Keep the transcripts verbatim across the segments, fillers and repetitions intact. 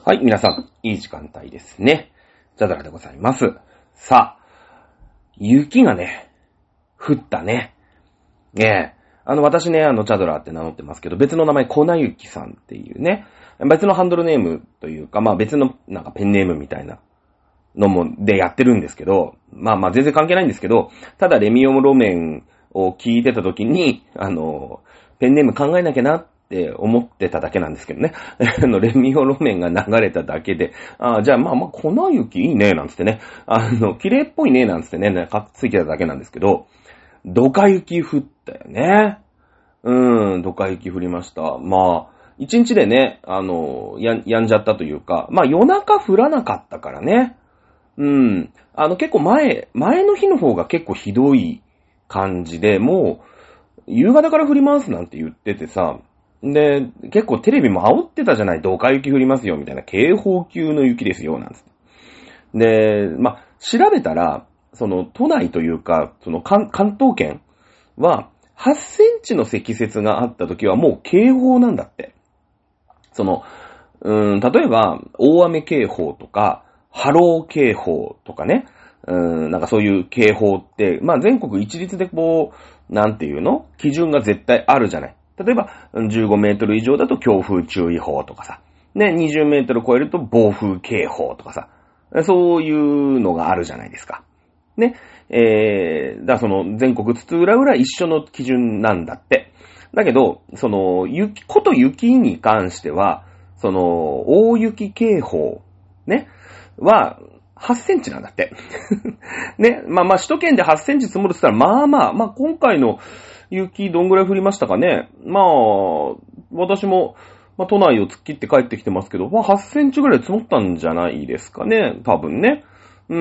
はい、皆さん、いい時間帯ですね。ザダラでございます。さあ、雪がね、降ったね。ねえ、あの、私ね、あの、チャドラーって名乗ってますけど、別の名前、粉雪さんっていうね、別のハンドルネームというか、まあ別の、なんかペンネームみたいなのも、でやってるんですけど、まあまあ全然関係ないんですけど、ただレミオム路面を聞いてた時に、あの、ペンネーム考えなきゃなって思ってただけなんですけどね。あの、レミオ路面が流れただけで、あじゃあまあまあ粉雪いいね、なんつってね。あの、綺麗っぽいね、なんつってね、かっついてただけなんですけど、ドカ雪降ったよね。うん、ドカ雪降りました。まあ、一日でね、あの、や、やんじゃったというか、まあ夜中降らなかったからね。うん。あの結構前、前の日の方が結構ひどい感じで、もう、夕方から降りますなんて言っててさ、で、結構テレビも煽ってたじゃない、ドカ雪降りますよ、みたいな、警報級の雪ですよ、なんつって。で、まあ、調べたら、その、都内というか、その関、関東圏は、はちセンチの積雪があった時はもう警報なんだって。その、うーん、例えば、大雨警報とか、波浪警報とかね、うーん、なんかそういう警報って、まあ全国一律でこう、なんていうの？基準が絶対あるじゃない。例えば、じゅうごメートル以上だと強風注意報とかさ、ね、にじゅうメートル超えると暴風警報とかさ、そういうのがあるじゃないですか。ね。えー、だその全国津々浦々一緒の基準なんだって。だけど、その、雪、こと雪に関しては、その、大雪警報、ね、は、はちセンチなんだって。ね、まあまあ、首都圏ではちセンチ積もるって言ったら、まあまあ、まあ今回の雪どんぐらい降りましたかね。まあ、私も、まあ都内を突っ切って帰ってきてますけど、まあはちセンチぐらい積もったんじゃないですかね。多分ね。うん。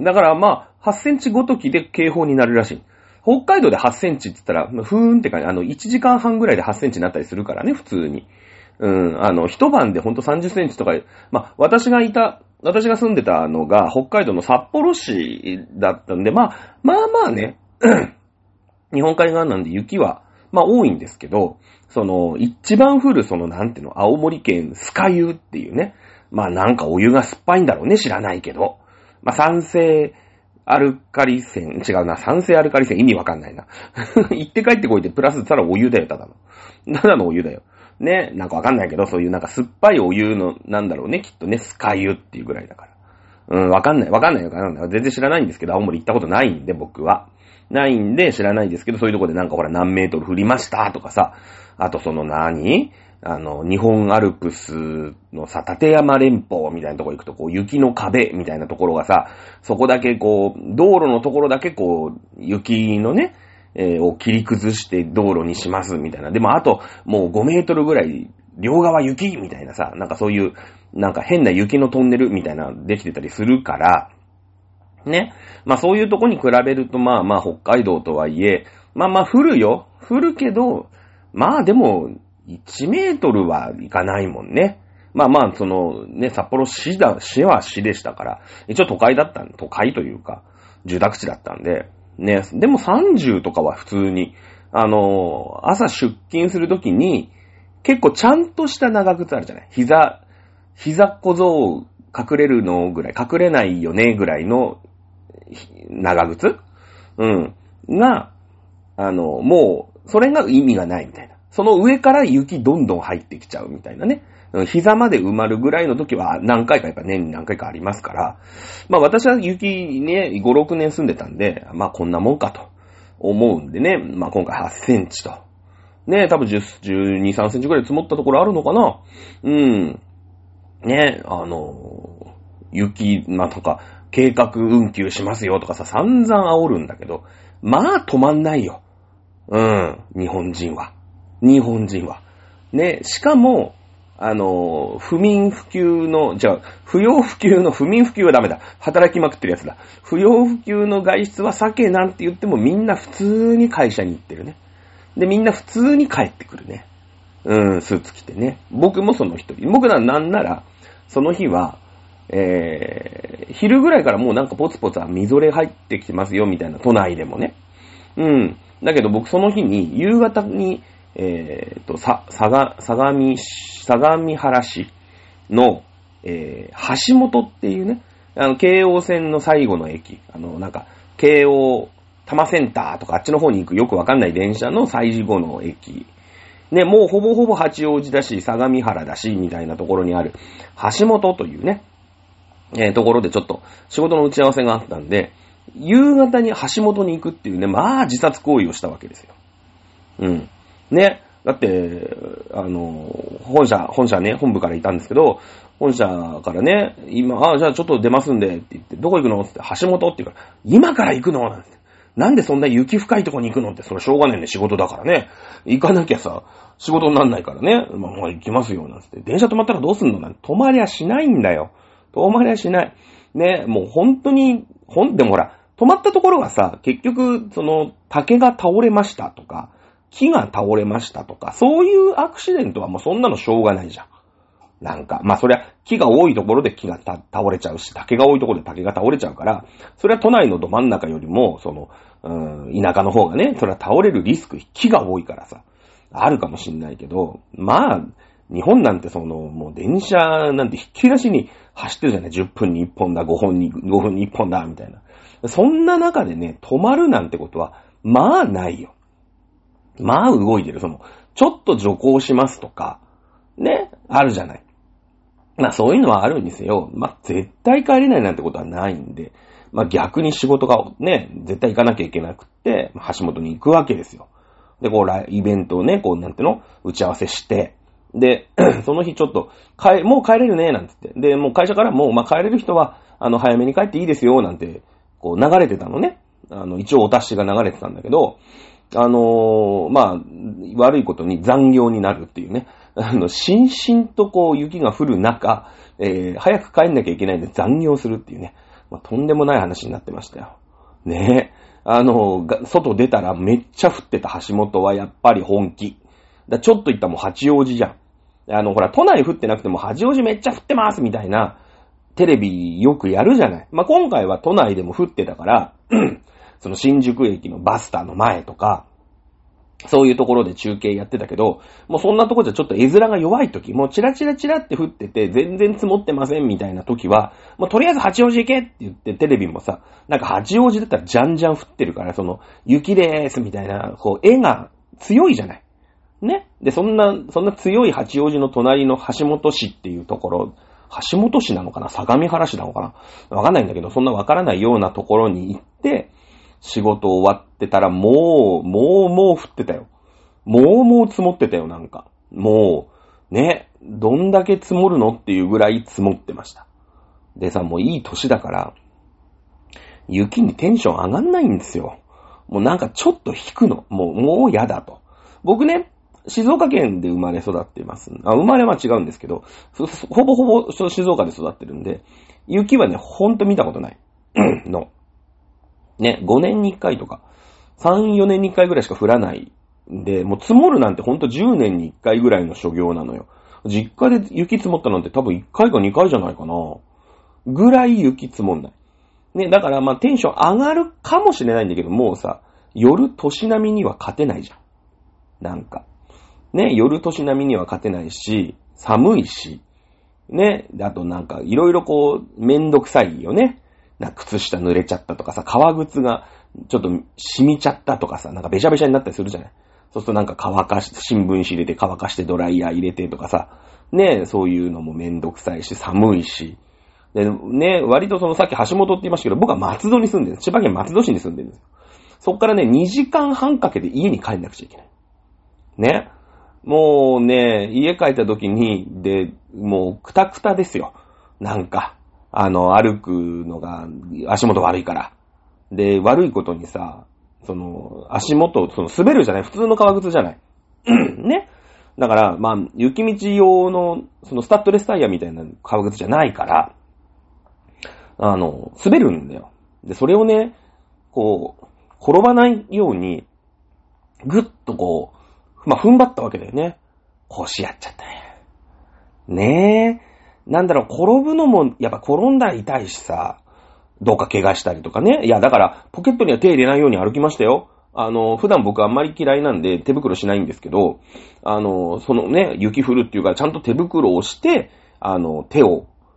だからまあ、はちセンチごときで警報になるらしい。北海道ではちセンチって言ったら、ふーんってか、あの、いちじかんはんぐらいではちセンチになったりするからね、普通に。うん、あの、一晩でほんとさんじゅっセンチとか、まあ、私がいた、私が住んでたのが、北海道の札幌市だったんで、まあ、まあまあね、日本海側なんで雪は、まあ多いんですけど、その、一番降る、その、なんていうの、青森県酸ヶ湯っていうね、まあなんかお湯が酸っぱいんだろうね、知らないけど。まあ酸性アルカリ泉、違うな、酸性アルカリ泉意味わかんないな。行って帰ってこいてプラスたらお湯だよ、ただの。ただのお湯だよ。ね、なんかわかんないけど、そういうなんか酸っぱいお湯の、なんだろうね、きっとね、酸ヶ湯っていうぐらいだから。うん、わかんない、わかんないわかんない。全然知らないんですけど、青森行ったことないんで、僕は。ないんで知らないですけど、そういうとこでなんかほら何メートル降りましたとかさ、あとその何あの、日本アルプスのさ、立山連峰みたいなところ行くと、こう、雪の壁みたいなところがさ、そこだけこう、道路のところだけこう、雪のね、えー、を切り崩して道路にしますみたいな。でもあと、もうごメートルぐらい、両側雪みたいなさ、なんかそういう、なんか変な雪のトンネルみたいなできてたりするから、ね。まあそういうとこに比べるとまあまあ北海道とはいえ、まあまあ降るよ。降るけど、まあでも、いちメートルはいかないもんね。まあまあ、そのね、札幌市だ、市は市でしたから、一応都会だったん、都会というか、住宅地だったんで、ね、でもさんじゅうとかは普通に、あの、朝出勤するときに、結構ちゃんとした長靴あるじゃない。膝、膝小僧隠れるのぐらい、隠れないよねぐらいの長靴うん。が、あの、もう、それが意味がないみたいな。その上から雪どんどん入ってきちゃうみたいなね。膝まで埋まるぐらいの時は何回かやっぱ年に何回かありますから。まあ私は雪ね、ご、ろくねん住んでたんで、まあこんなもんかと思うんでね。まあ今回はちセンチと。ね、多分じゅう、じゅうに、さんセンチぐらい積もったところあるのかな。うん。ね、あの、雪、まあとか、計画運休しますよとかさ、散々煽るんだけど、まあ止まんないよ。うん、日本人は。日本人は。ね、しかも、あの、不眠不休の、じゃあ、不要不急の、不眠不休はダメだ。働きまくってるやつだ。不要不急の外出は避けなんて言ってもみんな普通に会社に行ってるね。で、みんな普通に帰ってくるね。うん、スーツ着てね。僕もその一人。僕らなんなら、その日は、えー、昼ぐらいからもうなんかポツポツはみぞれ入ってきてますよみたいな、都内でもね。うん。だけど僕その日に、夕方に、えーと、さ、さが、相模、相模原市の、 えー、橋本っていうね、あの、京王線の最後の駅、あの、なんか、京王多摩センターとかあっちの方に行くよくわかんない電車の最後の駅。ね、もうほぼほぼ八王子だし、相模原だし、みたいなところにある、橋本というね、えー、ところでちょっと仕事の打ち合わせがあったんで、夕方に橋本に行くっていうね、まあ自殺行為をしたわけですよ。うん。ね。だって、あの、本社、本社ね、本部からいたんですけど、本社からね、今、あ、じゃあちょっと出ますんで、って言って、どこ行くのって橋本って言うから、今から行くのなんて。なんでそんな雪深いとこに行くのって、それしょうがねえね、仕事だからね。行かなきゃさ、仕事になんないからね。まあ、まあ、行きますよ、なんて。電車止まったらどうすんのなんて。止まりゃしないんだよ。止まりゃしない。ね、もう本当に、ほん、でもほら、止まったところがさ、結局、その、竹が倒れましたとか、木が倒れましたとか、そういうアクシデントはもうそんなのしょうがないじゃん。なんか、まあそりゃ木が多いところで木が倒れちゃうし、竹が多いところで竹が倒れちゃうから、それは都内のど真ん中よりも、その、うん、田舎の方がね、それは倒れるリスク、木が多いからさ、あるかもしんないけど、まあ、日本なんてその、もう電車なんてひっきりなしに走ってるじゃない。じゅっぷんにいっぽんだ、ごふんに、ごふんにいっぽんだ、みたいな。そんな中でね、止まるなんてことは、まあないよ。まあ動いてる。その、ちょっと徐行しますとか、ね、あるじゃない。まあそういうのはあるんですよ。まあ絶対帰れないなんてことはないんで、まあ逆に仕事がね、絶対行かなきゃいけなくって、橋本に行くわけですよ。で、こう、イベントをね、こう、なんていうの、打ち合わせして、で、その日ちょっと、帰、もう帰れるね、なんて言って。で、もう会社からもう、まあ帰れる人は、あの、早めに帰っていいですよ、なんて、こう、流れてたのね。あの、一応お達しが流れてたんだけど、あのー、まあ、悪いことに残業になるっていうね。あの、しんしんとこう雪が降る中、えー、早く帰んなきゃいけないんで残業するっていうね。まあ、とんでもない話になってましたよ。ねえ。あの、外出たらめっちゃ降ってた橋本はやっぱり本気。だちょっと言ったらもう八王子じゃん。あの、ほら、都内降ってなくても八王子めっちゃ降ってますみたいな、テレビよくやるじゃない。まあ、今回は都内でも降ってたから、その新宿駅のバスターの前とか、そういうところで中継やってたけど、もうそんなところじゃちょっと絵面が弱い時、もうチラチラチラって降ってて、全然積もってませんみたいな時は、もうとりあえず八王子行けって言ってテレビもさ、なんか八王子だったらじゃんじゃん降ってるから、その、雪でーすみたいな、こう、絵が強いじゃない。ね。で、そんな、そんな強い八王子の隣の橋本市っていうところ、橋本市なのかな相模原市なのかなわかんないんだけど、そんなわからないようなところに行って、仕事終わってたらもう、もうもう降ってたよ。もうもう積もってたよ、なんか。もう、ね、どんだけ積もるのっていうぐらい積もってました。でさ、もういい年だから、雪にテンション上がんないんですよ。もうなんかちょっと引くの。もう、もうやだと。僕ね、静岡県で生まれ育っています。あ、生まれは違うんですけど、ほぼほぼ静岡で育ってるんで、雪はね、ほんと見たことないの。ね、ごねんにいっかいとか、さん、よねんにいっかいぐらいしか降らないんで、もう積もるなんてほんとじゅうねんにいっかいぐらいの所業なのよ。実家で雪積もったなんて多分いっかいかにかいじゃないかな。ぐらい雪積もんない。ね、だからまあテンション上がるかもしれないんだけど、もうさ、夜年並みには勝てないじゃん。なんか。ね、夜年並みには勝てないし、寒いし、ね、あとなんかいろいろこう、めんどくさいよね。なんか靴下濡れちゃったとかさ、革靴がちょっと染みちゃったとかさ、なんかべしゃべしゃになったりするじゃない。そうするとなんか乾かし、新聞紙入れて乾かしてドライヤー入れてとかさ、ね、そういうのもめんどくさいし、寒いし。で、ね、割とそのさっき橋本って言いましたけど、僕は松戸に住んでるんです。千葉県松戸市に住んでるんですよ。そっからね、にじかんはんかけて家に帰んなくちゃいけない。ね。もうね、家帰った時に、で、もうクタクタですよ。なんか、あの、歩くのが足元悪いから。で、悪いことにさ、その、足元、その滑るじゃない、普通の革靴じゃない。ね。だから、まあ、雪道用の、そのスタッドレスタイヤみたいな革靴じゃないから、あの、滑るんだよ。で、それをね、こう、転ばないように、ぐっとこう、まあ、踏ん張ったわけだよね。腰やっちゃったね。ねえ。なんだろう、転ぶのも、やっぱ転んだら痛いしさ、どうか怪我したりとかね。いや、だから、ポケットには手入れないように歩きましたよ。あの、普段僕あんまり嫌いなんで手袋しないんですけど、あの、そのね、雪降るっていうからちゃんと手袋をして、あの、手を、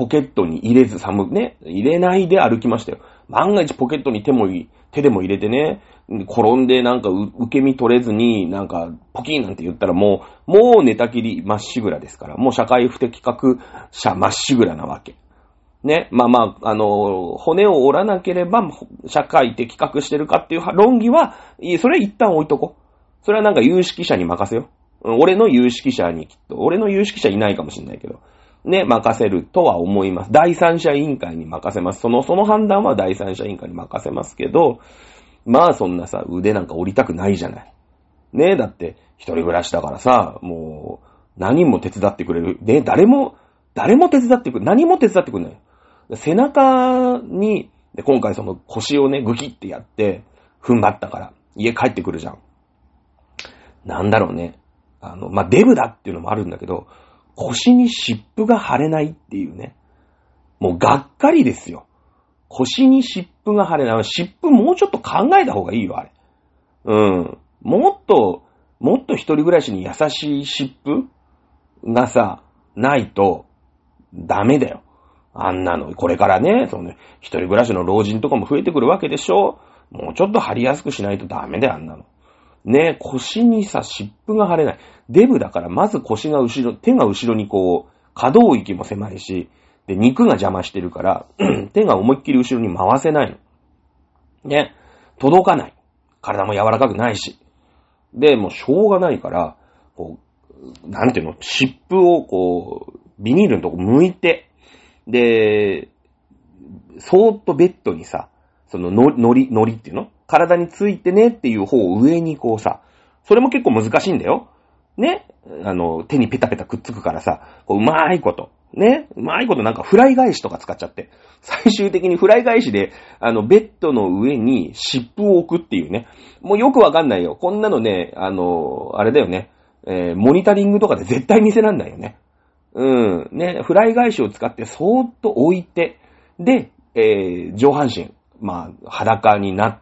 ポケットに入れず、寒ね、入れないで歩きましたよ。万が一ポケットに手もい、手でも入れてね、転んでなんか受け身取れずに、なんかポキーなんて言ったらもう、もう寝たきりまっしぐらですから、もう社会不適格者まっしぐらなわけ。ね、まあまあ、あの、骨を折らなければ社会適格してるかっていう論議は、いい、それは一旦置いとこう。それはなんか有識者に任せよう。俺の有識者にきっと、俺の有識者いないかもしれないけど。ね、任せるとは思います。第三者委員会に任せます。その、その判断は第三者委員会に任せますけど、まあそんなさ、腕なんか折りたくないじゃない。ね、だって、一人暮らしだからさ、もう、何も手伝ってくれる。ね、誰も、誰も手伝ってくれ、何も手伝ってくれない。背中に、で今回その腰をね、グキってやって、踏ん張ったから、家帰ってくるじゃん。なんだろうね。あの、まあ、デブだっていうのもあるんだけど、腰に湿布が貼れないっていうね。もうがっかりですよ。腰に湿布が貼れない。湿布もうちょっと考えた方がいいよ、あれ。うん。もっと、もっと一人暮らしに優しい湿布がさ、ないと、ダメだよ。あんなの。これからね、そのね、一人暮らしの老人とかも増えてくるわけでしょ。もうちょっと貼りやすくしないとダメだよ、あんなの。ね、腰にさ、湿布が貼れない。デブだから、まず腰が後ろ、手が後ろにこう、可動域も狭いし、で、肉が邪魔してるから、手が思いっきり後ろに回せないの。ね、届かない。体も柔らかくないし。で、もうしょうがないから、こう、なんていうの、湿布をこう、ビニールのとこ剥いて、で、そーっとベッドにさ、そのの、のり、のりっていうの体についてねっていう方を上にこうさ、それも結構難しいんだよ。ね。あの、手にペタペタくっつくからさ、こう、うまいこと。ね。うまいことなんかフライ返しとか使っちゃって。最終的にフライ返しで、あの、ベッドの上に湿布を置くっていうね。もうよくわかんないよ。こんなのね、あの、あれだよね。えー、モニタリングとかで絶対見せらんないよね。うん。ね。フライ返しを使ってそーっと置いて、で、えー、上半身。まあ、裸になって、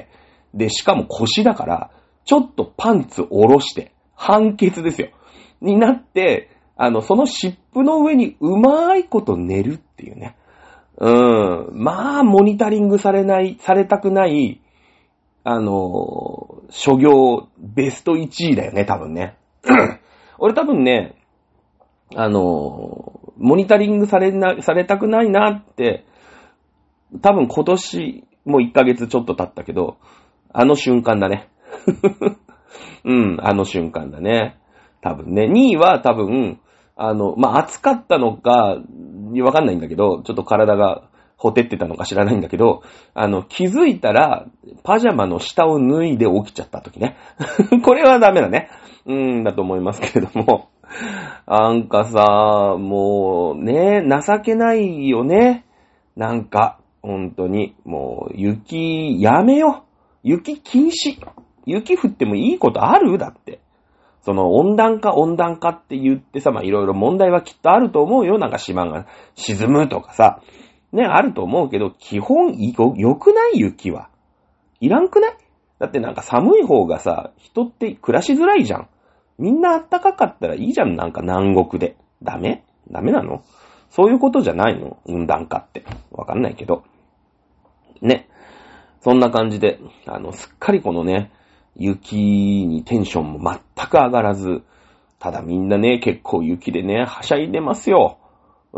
で、しかも腰だから、ちょっとパンツ下ろして、半ケツですよ。になって、あの、その湿布の上にうまいこと寝るっていうね。うん。まあ、モニタリングされない、されたくない、あの、諸行ベストいちいだよね、多分ね。俺多分ね、あの、モニタリングされな、されたくないなって、多分今年もういっかげつちょっと経ったけど、あの瞬間だね。うん、あの瞬間だね。多分ね。にいは多分、あの、まあ、暑かったのか、わかんないんだけど、ちょっと体がほてってたのか知らないんだけど、あの、気づいたら、パジャマの下を脱いで起きちゃった時ね。これはダメだね。うん、だと思いますけれども。なんかさ、もう、ね、情けないよね。なんか。本当に、もう、雪、やめよ。雪禁止。雪降ってもいいことある？だって。その、温暖化、温暖化って言ってさ、まあ、いろいろ問題はきっとあると思うよ。なんか島が沈むとかさ。ね、あると思うけど、基本、良くない雪は。いらんくない？だってなんか寒い方がさ、人って暮らしづらいじゃん。みんな暖かかったらいいじゃん。なんか南国で。ダメ？ダメなの？そういうことじゃないの？温暖化って。わかんないけど。ね。そんな感じで、あの、すっかりこのね、雪にテンションも全く上がらず、ただみんなね、結構雪でね、はしゃいでますよ。うん。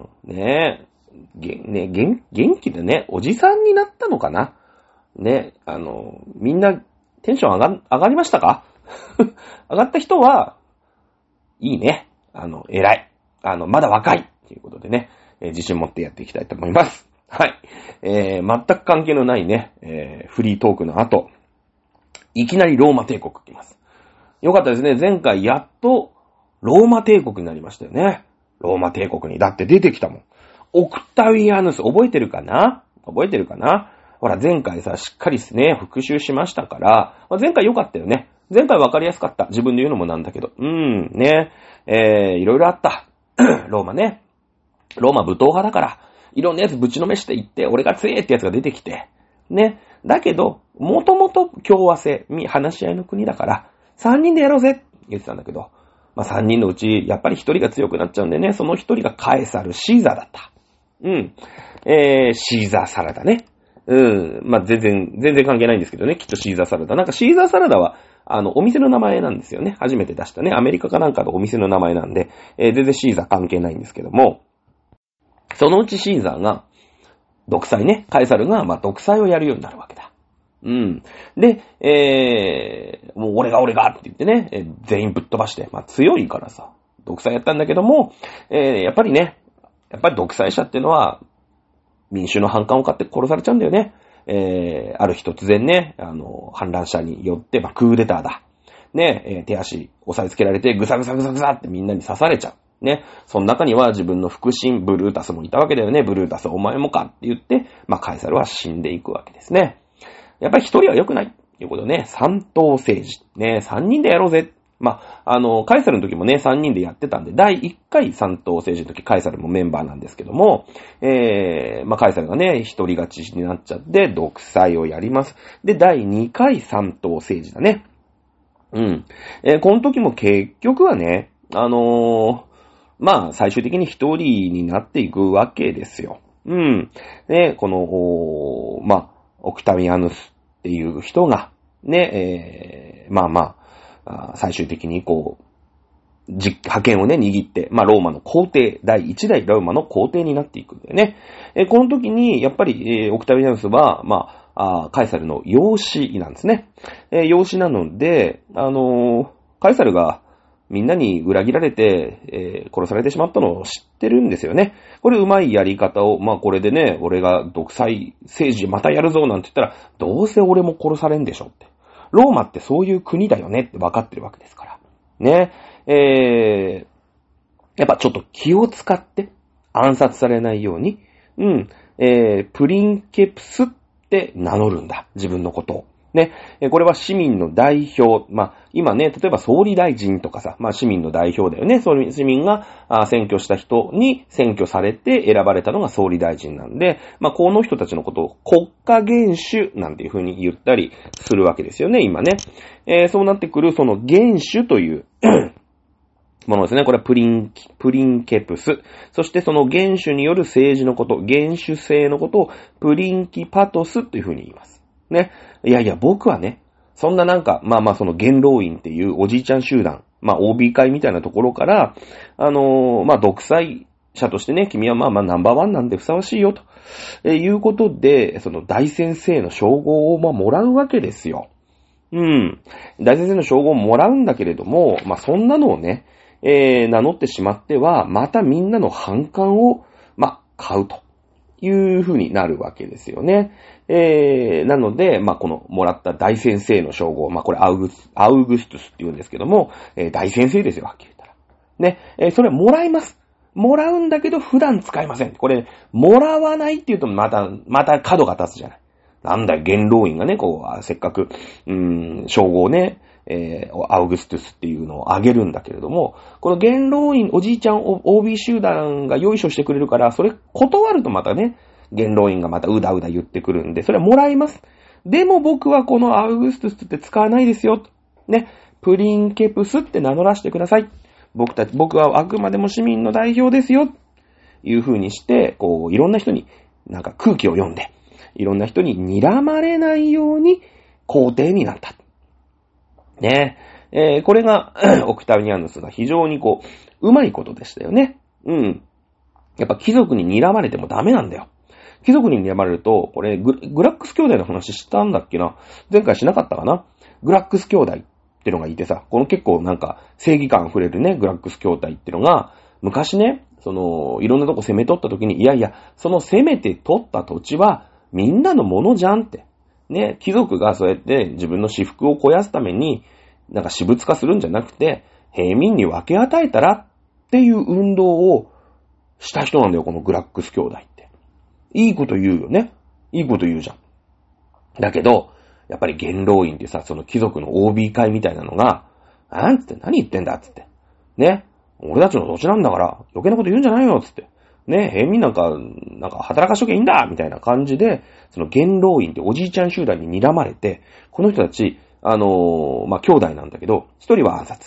ねげ、ね、元、元気でね、おじさんになったのかな？ね、あの、みんなテンション上が、上がりましたか？上がった人は、いいね。あの、偉い。あの、まだ若いということでね、えー、自信持ってやっていきたいと思います。はい。えー、全く関係のないね、えー、フリートークの後、いきなりローマ帝国来ます。よかったですね。前回やっとローマ帝国になりましたよね。ローマ帝国に。だって出てきたもん。オクタウィアヌス、覚えてるかな？覚えてるかな？ほら、前回さ、しっかりですね、復習しましたから、まあ、前回良かったよね。前回分かりやすかった。自分で言うのもなんだけど。うーん、ね。えー、いろいろあった。ローマね。ローマ武闘派だから、いろんなやつぶちのめしていって、俺が強えってやつが出てきて。ね。だけど、もともと共和制、話し合いの国だから、三人でやろうぜって言ってたんだけど、 まあ、さんにんのうち、やっぱりひとりが強くなっちゃうんでね、そのひとりがカエサル、シーザーだった。うん。えー、シーザーサラダね。うん。まあ、全然、全然関係ないんですけどね、きっとシーザーサラダ。なんかシーザーサラダは、あの、お店の名前なんですよね。初めて出したね。アメリカかなんかのお店の名前なんで、えー、全然シーザー関係ないんですけども、そのうちシーザーが、独裁ね、カエサルが、まあ、独裁をやるようになるわけだ。うん。で、えー、もう俺が俺がって言ってね、えー、全員ぶっ飛ばして、まあ、強いからさ、独裁やったんだけども、えー、やっぱりね、やっぱり独裁者っていうのは、民衆の反感を買って殺されちゃうんだよね。えー、ある日突然ね、あの、反乱者によって、まあ、クーデターだ。ね、えー、手足押さえつけられて、ぐさぐさぐさぐさってみんなに刺されちゃう。ね。その中には自分の腹心、ブルータスもいたわけだよね。ブルータスお前もかって言って、まあ、カエサルは死んでいくわけですね。やっぱり一人は良くない。ということね。三党政治。ね、三人でやろうぜ。まあ、あの、カエサルの時もね、三人でやってたんで、だいいっかい三党政治の時、カエサルもメンバーなんですけども、えー、まあ、カエサルがね、一人勝ちになっちゃって、独裁をやります。で、だいにかい三党政治だね。うん。えー、この時も結局はね、あのー、まあ、最終的に一人になっていくわけですよ。うん。で、この、まあ、オクタビアヌスっていう人が、ね、えー、まあまあ、最終的にこう、覇権をね、握って、まあ、ローマの皇帝、だいいち代ローマの皇帝になっていくんだよね。えー、この時に、やっぱり、えー、オクタビアヌスは、まあ、あカエサルの養子なんですね。えー、養子なので、あのー、カエサルが、みんなに裏切られて、えー、殺されてしまったのを知ってるんですよね。これうまいやり方を、まあこれでね、俺が独裁政治またやるぞなんて言ったら、どうせ俺も殺されんでしょって。ローマってそういう国だよねって分かってるわけですから。ね。えー、やっぱちょっと気を使って暗殺されないように、うん、えー、プリンケプスって名乗るんだ。自分のことを。ね。これは市民の代表。まあ、今ね、例えば総理大臣とかさ、まあ市民の代表だよね。その市民が選挙した人に選挙されて選ばれたのが総理大臣なんで、まあこの人たちのことを国家元首なんていう風に言ったりするわけですよね、今ね。えー、そうなってくるその元首というものですね。これはプリン、プリンケプス。そしてその元首による政治のこと、元首制のことをプリンキパトスという風に言います。ね。いやいや、僕はね、そんななんか、まあまあその元老院っていうおじいちゃん集団、まあ オービー 会みたいなところから、あのー、まあ独裁者としてね、君はまあまあナンバーワンなんでふさわしいよと、えー、いうことで、その大先生の称号をまあもらうわけですよ。うん。大先生の称号をもらうんだけれども、まあそんなのをね、えー、名乗ってしまっては、またみんなの反感を、まあ買うと。いう風になるわけですよね。えー、なので、まあ、この、もらった大先生の称号、まあ、これアウグス、アウグストゥスって言うんですけども、えー、大先生ですよ、はっきり言ったら。ね、えー、それもらいます。もらうんだけど、普段使いません。これ、もらわないって言うと、また、また角が立つじゃない。なんだよ、元老院がね、こう、せっかく、うーん、称号をね、えー、アウグストゥスっていうのをあげるんだけれども、この元老院、おじいちゃん オービー 集団が用意してくれるから、それ断るとまたね、元老院がまたうだうだ言ってくるんで、それはもらいます。でも僕はこのアウグストゥスって使わないですよ。ね、プリンケプスって名乗らせてください。僕たち、僕はあくまでも市民の代表ですよ。いう風にして、こう、いろんな人になんか空気を読んで、いろんな人に睨まれないように皇帝になった。ねえ、えー、これが、オクタビアヌスが非常にこう、うまいことでしたよね。うん。やっぱ貴族に睨まれてもダメなんだよ。貴族に睨まれると、これグ、グラックス兄弟の話したんだっけな？前回しなかったかな？グラックス兄弟ってのがいてさ、この結構なんか正義感溢れるね、グラックス兄弟ってのが、昔ね、その、いろんなとこ攻め取った時に、いやいや、その攻めて取った土地はみんなのものじゃんって。ね、貴族がそうやって自分の私腹を肥やすために、なんか私物化するんじゃなくて、平民に分け与えたらっていう運動をした人なんだよ、このグラックス兄弟って。いいこと言うよね。いいこと言うじゃん。だけど、やっぱり元老院ってさ、その貴族の オービー 会みたいなのが、あんつって何言ってんだっつって。ね。俺たちの土地なんだから余計なこと言うんじゃないよっつって。ね、平民なんか、なんか働かしときゃいいんだみたいな感じで、その元老院っておじいちゃん集団に睨まれて、この人たち、あのー、まあ、兄弟なんだけど、一人は暗殺。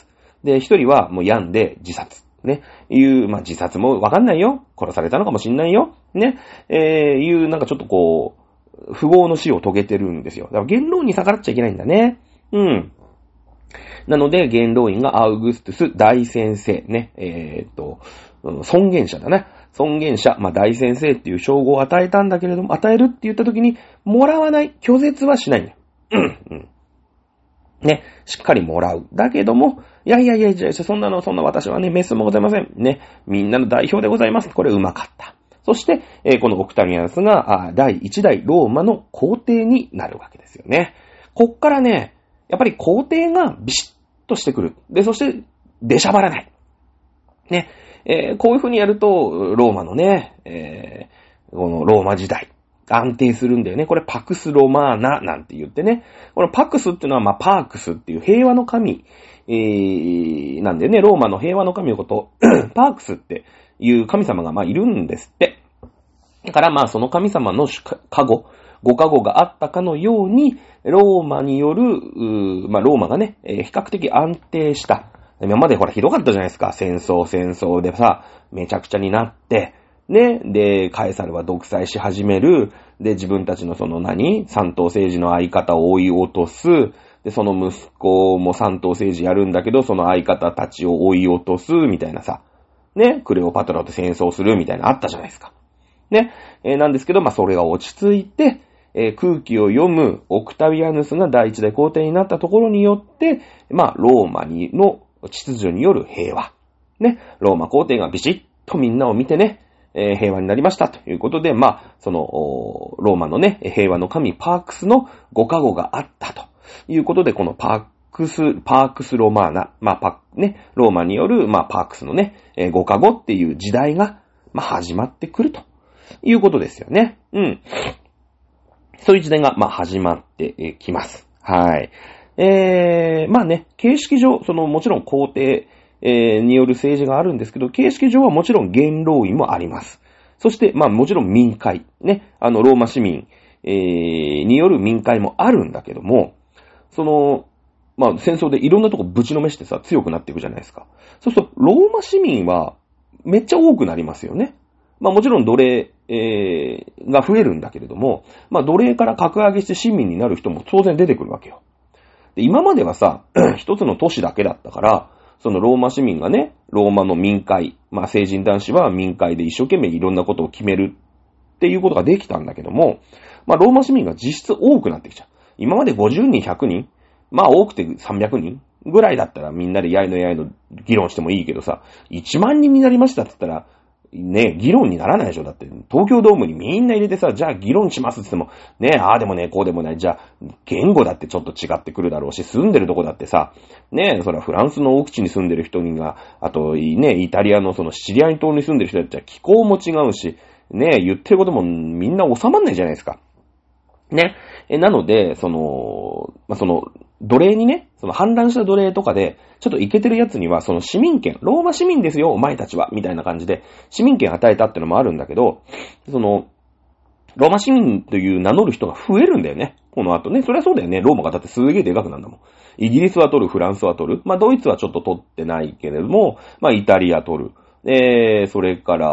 で、一人はもう病んで自殺。ね。いう、まあ、自殺もわかんないよ。殺されたのかもしんないよ。ね。えー、いう、なんかちょっとこう、不合の死を遂げてるんですよ。だから元老院に逆らっちゃいけないんだね。うん。なので、元老院がアウグストゥス大先生、ね。えー、っと、尊厳者だね。尊厳者、まあ、大先生っていう称号を与えたんだけれども、与えるって言った時に、もらわない、拒絶はしないんだよ。うん。うんね、しっかりもらう。だけども、いやいやいや、じゃあそんなの、そんな私はね、メスもございません。ね、みんなの代表でございます。これうまかった。そして、えー、このオクタビアヌスが、あ第一代ローマの皇帝になるわけですよね。こっからね、やっぱり皇帝がビシッとしてくる。で、そして、出しゃばらない。ね、えー、こういう風にやると、ローマのね、えー、このローマ時代。安定するんだよね。これパクスロマーナなんて言ってね。このパクスっていうのは、まあ、パークスっていう平和の神、えー、なんだよね。ローマの平和の神のこと、パークスっていう神様がまあいるんですって。だからまあその神様の加護、ご加護があったかのように、ローマによる、まあローマがね、えー、比較的安定した。今までほらひどかったじゃないですか。戦争戦争でさ、めちゃくちゃになって、ね。で、カエサルは独裁し始める。で、自分たちのその何三党政治の相方を追い落とす。で、その息子も三党政治やるんだけど、その相方たちを追い落とす、みたいなさ。ね。クレオパトラと戦争するみたいなあったじゃないですか。ね。えー、なんですけど、まあ、それが落ち着いて、えー、空気を読むオクタビアヌスが第一代皇帝になったところによって、まあ、ローマにの秩序による平和。ね。ローマ皇帝がビシッとみんなを見てね、えー、平和になりましたということで、まあ、その、ローマのね、平和の神パークスのご加護があったということで、このパークス、パークスロマーナ、まあ、パね、ローマによる、まあ、パークスのね、えー、ご加護っていう時代が、まあ、始まってくるということですよね。うん。そういう時代が、まあ、始まってきます。はい。えー、まあね、形式上、その、もちろん皇帝、えー、による政治があるんですけど、形式上はもちろん元老院もあります。そして、まあもちろん民会、ね、あの、ローマ市民、えー、による民会もあるんだけども、その、まあ戦争でいろんなとこぶちのめしてさ、強くなっていくじゃないですか。そうすると、ローマ市民はめっちゃ多くなりますよね。まあもちろん奴隷、えー、が増えるんだけれども、まあ奴隷から格上げして市民になる人も当然出てくるわけよ。で今まではさ、一つの都市だけだったから、そのローマ市民がね、ローマの民会、まあ成人男子は民会で一生懸命いろんなことを決めるっていうことができたんだけども、まあローマ市民が実質多くなってきちゃう。今までごじゅうにん、ひゃくにん、まあ多くてさんびゃくにんぐらいだったらみんなでやいのやいの議論してもいいけどさ、いちまんにんになりましたって言ったら、ね、議論にならないでしょ。だって、東京ドームにみんな入れてさ、じゃあ議論しますって言っても、ね、ああでもね、こうでもない。じゃあ、言語だってちょっと違ってくるだろうし、住んでるとこだってさ、ね、それはフランスの奥地に住んでる人が、あと、ね、イタリアのそのシチリアン島に住んでる人だったら気候も違うし、ね、言ってることもみんな収まんないじゃないですか。ね。え、なので、その、まあ、その、奴隷にね、その反乱した奴隷とかで、ちょっとイケてるやつには、その市民権、ローマ市民ですよ、お前たちは、みたいな感じで、市民権与えたってのもあるんだけど、その、ローマ市民という名乗る人が増えるんだよね。この後ね。そりゃそうだよね。ローマがだってすげえでかくなんだもん。イギリスは取る、フランスは取る。まあ、ドイツはちょっと取ってないけれども、まあ、イタリア取る。えー、それから、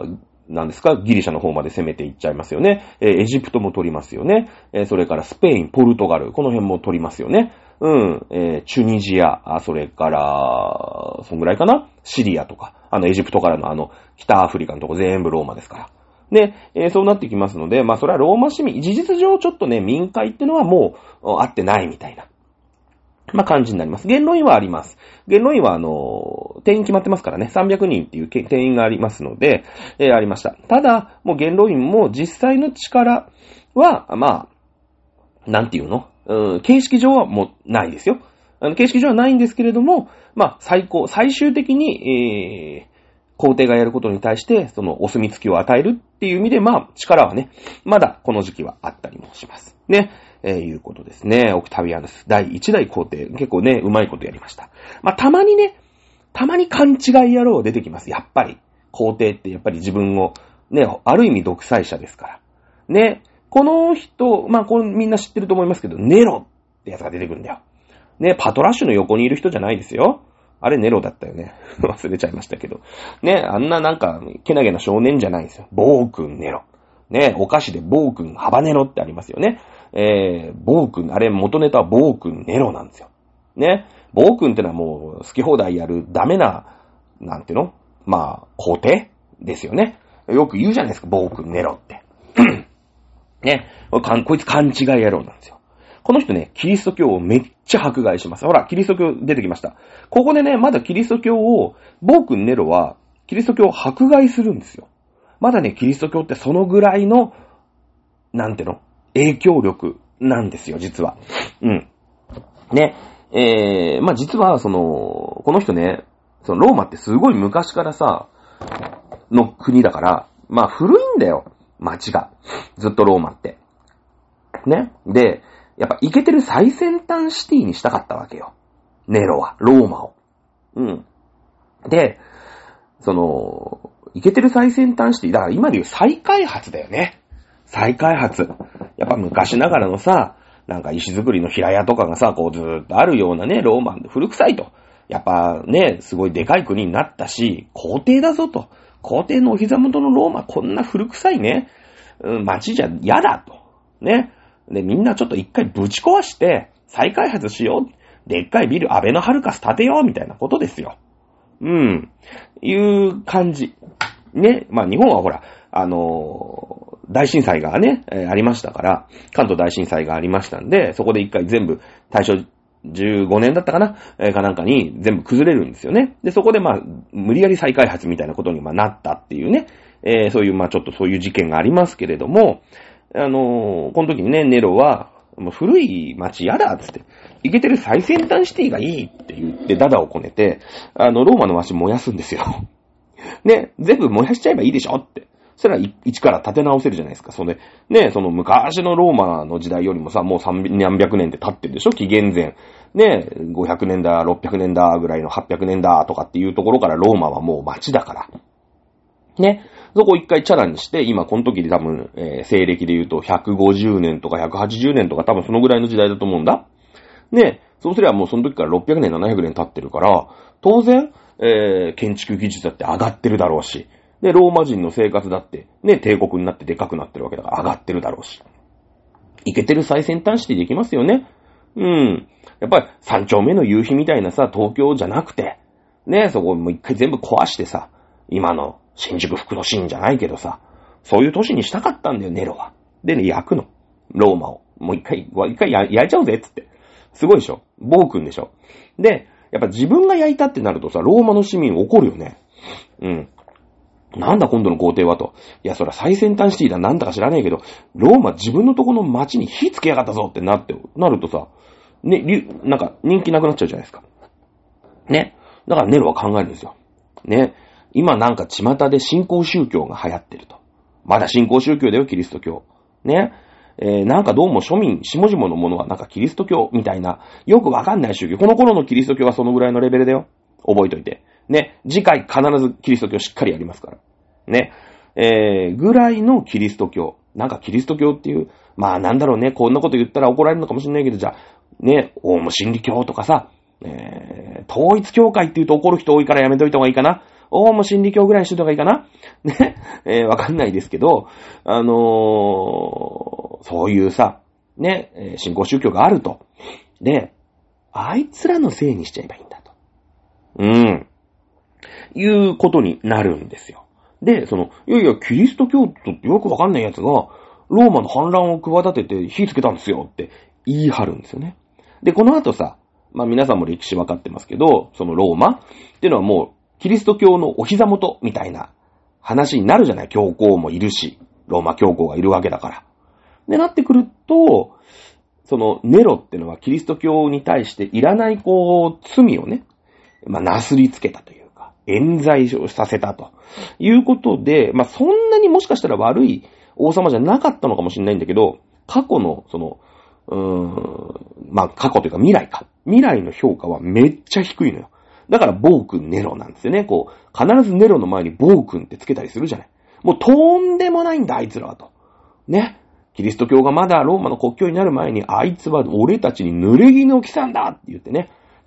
なんですか、ギリシャの方まで攻めていっちゃいますよね。えー、エジプトも取りますよね。えー、それからスペイン、ポルトガル、この辺も取りますよね。うん、えー、チュニジア、あ、それから、そんぐらいかな？シリアとか、あの、エジプトからのあの、北アフリカのとこ全部ローマですから。で、えー、そうなってきますので、まあ、それはローマ市民、事実上ちょっとね、民会ってのはもう、あってないみたいな。まあ、感じになります。元老院はあります。元老院は、あの、定員決まってますからね。さんびゃくにんっていう定員がありますので、えー、ありました。ただ、もう元老院も実際の力は、まあ、なんていうの？うん、形式上はもうないですよ。あの、形式上はないんですけれども、まあ、最高、最終的に、えー、皇帝がやることに対して、そのお墨付きを与えるっていう意味で、まあ、力はね、まだこの時期はあったりもします。ね。えー、いうことですね。オクタビアヌスだいいち代皇帝、結構ね、うまいことやりました。まあ、たまにね、たまに勘違い野郎出てきます。やっぱり。皇帝ってやっぱり自分を、ね、ある意味独裁者ですから。ね。この人、まあ、これみんな知ってると思いますけど、ネロってやつが出てくるんだよ。ね、パトラッシュの横にいる人じゃないですよ。 あれネロだったよね。忘れちゃいましたけど。ね、あんななんか、けなげな少年じゃないんですよ。暴君ネロ。ね、お菓子で暴君ハバネロってありますよね。えー、暴君、あれ元ネタは暴君ネロなんですよ。ね、暴君ってのはもう好き放題やるダメな、なんていうの？まあ、皇帝ですよね。よく言うじゃないですか、暴君ネロって。ね、こいつ勘違い野郎なんですよ。この人ね、キリスト教をめっちゃ迫害します。ほら、キリスト教出てきました。ここでね、まだキリスト教を、暴君ネロは、キリスト教を迫害するんですよ。まだね、キリスト教ってそのぐらいの、なんていうの？影響力なんですよ、実は。うん。ね、えー、まあ、実は、その、この人ね、そのローマってすごい昔からさ、の国だから、まあ、古いんだよ、街が。ずっとローマって。ね。で、やっぱイケてる最先端シティにしたかったわけよ。ネロは、ローマを。うん。で、その、イケてる最先端シティ、だから今で言う再開発だよね。再開発。やっぱ昔ながらのさ、なんか石造りの平屋とかがさ、こうずーっとあるようなね、ローマンで古臭いと。やっぱね、すごいでかい国になったし、皇帝だぞと。皇帝のお膝元のローマ、こんな古臭いね、うん、街じゃ嫌だと。ね。で、みんなちょっと一回ぶち壊して、再開発しよう。でっかいビル、アベノハルカス建てよう、みたいなことですよ。うん。いう感じ。ね。まあ日本はほら、あのー、大震災がね、えー、ありましたから、関東大震災がありましたんで、そこで一回全部、大正じゅうごねんだったかな、えー、かなんかに全部崩れるんですよね。で、そこでまあ、無理やり再開発みたいなことにまあなったっていうね、えー、そういうまあちょっとそういう事件がありますけれども、あのー、この時にね、ネロは、もう古い街やだっつって、イケてる最先端シティがいいって言ってダダをこねて、あの、ローマの街燃やすんですよ。ね、全部燃やしちゃえばいいでしょって。そしたら一から建て直せるじゃないですか。それで、ね、その昔のローマの時代よりもさ、もう三何百年って経ってるでしょ？紀元前。ね、ごひゃくねんだ、ろっぴゃくねんだぐらいのはっぴゃくねんだとかっていうところからローマはもう街だから。ね。そこを一回チャラにして、今この時で多分、えー、西暦で言うとひゃくごじゅうねんとかひゃくはちじゅうねんとか多分そのぐらいの時代だと思うんだ。ね。そうすればもうその時からろっぴゃくねん、ななひゃくねん経ってるから、当然、えー、建築技術だって上がってるだろうし、で、ローマ人の生活だって、ね、帝国になってでかくなってるわけだから上がってるだろうし。イケてる最先端シティできますよね。うん。やっぱり三丁目の夕日みたいなさ、東京じゃなくて、ね、そこもう一回全部壊してさ、今の新宿副都心じゃないけどさ、そういう都市にしたかったんだよ、ネロは。でね、焼くの。ローマを。もう一回、一回焼いちゃおうぜ、つって。すごいでしょ。暴君でしょ。で、やっぱ自分が焼いたってなるとさ、ローマの市民怒るよね。うん。なんだ今度の皇帝はと。いや、そら最先端シティだなんだか知らねえけど、ローマ自分のとこの街に火つけやがったぞってなって、なるとさ、ね、なんか人気なくなっちゃうじゃないですか。ね。だからネロは考えるんですよ。ね。今なんか巷で新興宗教が流行ってると。まだ新興宗教だよ、キリスト教。ね。えー、なんかどうも庶民、下々のものはなんかキリスト教みたいな、よくわかんない宗教。この頃のキリスト教はそのぐらいのレベルだよ。覚えといて。ね。次回必ずキリスト教しっかりやりますから。ね。えー、ぐらいのキリスト教。なんかキリスト教っていう、まあなんだろうね、こんなこと言ったら怒られるのかもしれないけど、じゃあ、ね、オウム真理教とかさ、えー、統一教会って言うと怒る人多いからやめといた方がいいかな。オウム真理教ぐらいにしといた方がいいかな。ね。えー、わかんないですけど、あのー、そういうさ、ね、えー、新興宗教があると。で、あいつらのせいにしちゃえばいいんだと。うん。いうことになるんですよ。で、その、いやいや、キリスト教徒ってよくわかんないやつが、ローマの反乱を企てて火つけたんですよって言い張るんですよね。で、この後さ、まあ皆さんも歴史わかってますけど、そのローマっていうのはもう、キリスト教のお膝元みたいな話になるじゃない。教皇もいるし、ローマ教皇がいるわけだから。で、なってくると、そのネロっていうのはキリスト教に対していらないこう、罪をね、まあ、なすりつけたというか、冤罪をさせたということで、まあ、そんなにもしかしたら悪い王様じゃなかったのかもしれないんだけど、過去の、その、うーん、まあ、過去というか未来か。未来の評価はめっちゃ低いのよ。だから、暴君ネロなんですよね。こう、必ずネロの前に暴君ってつけたりするじゃない。もう、とんでもないんだ、あいつらはと。ね。キリスト教がまだローマの国教になる前に、あいつは俺たちに濡れ衣を着たんだって言ってね。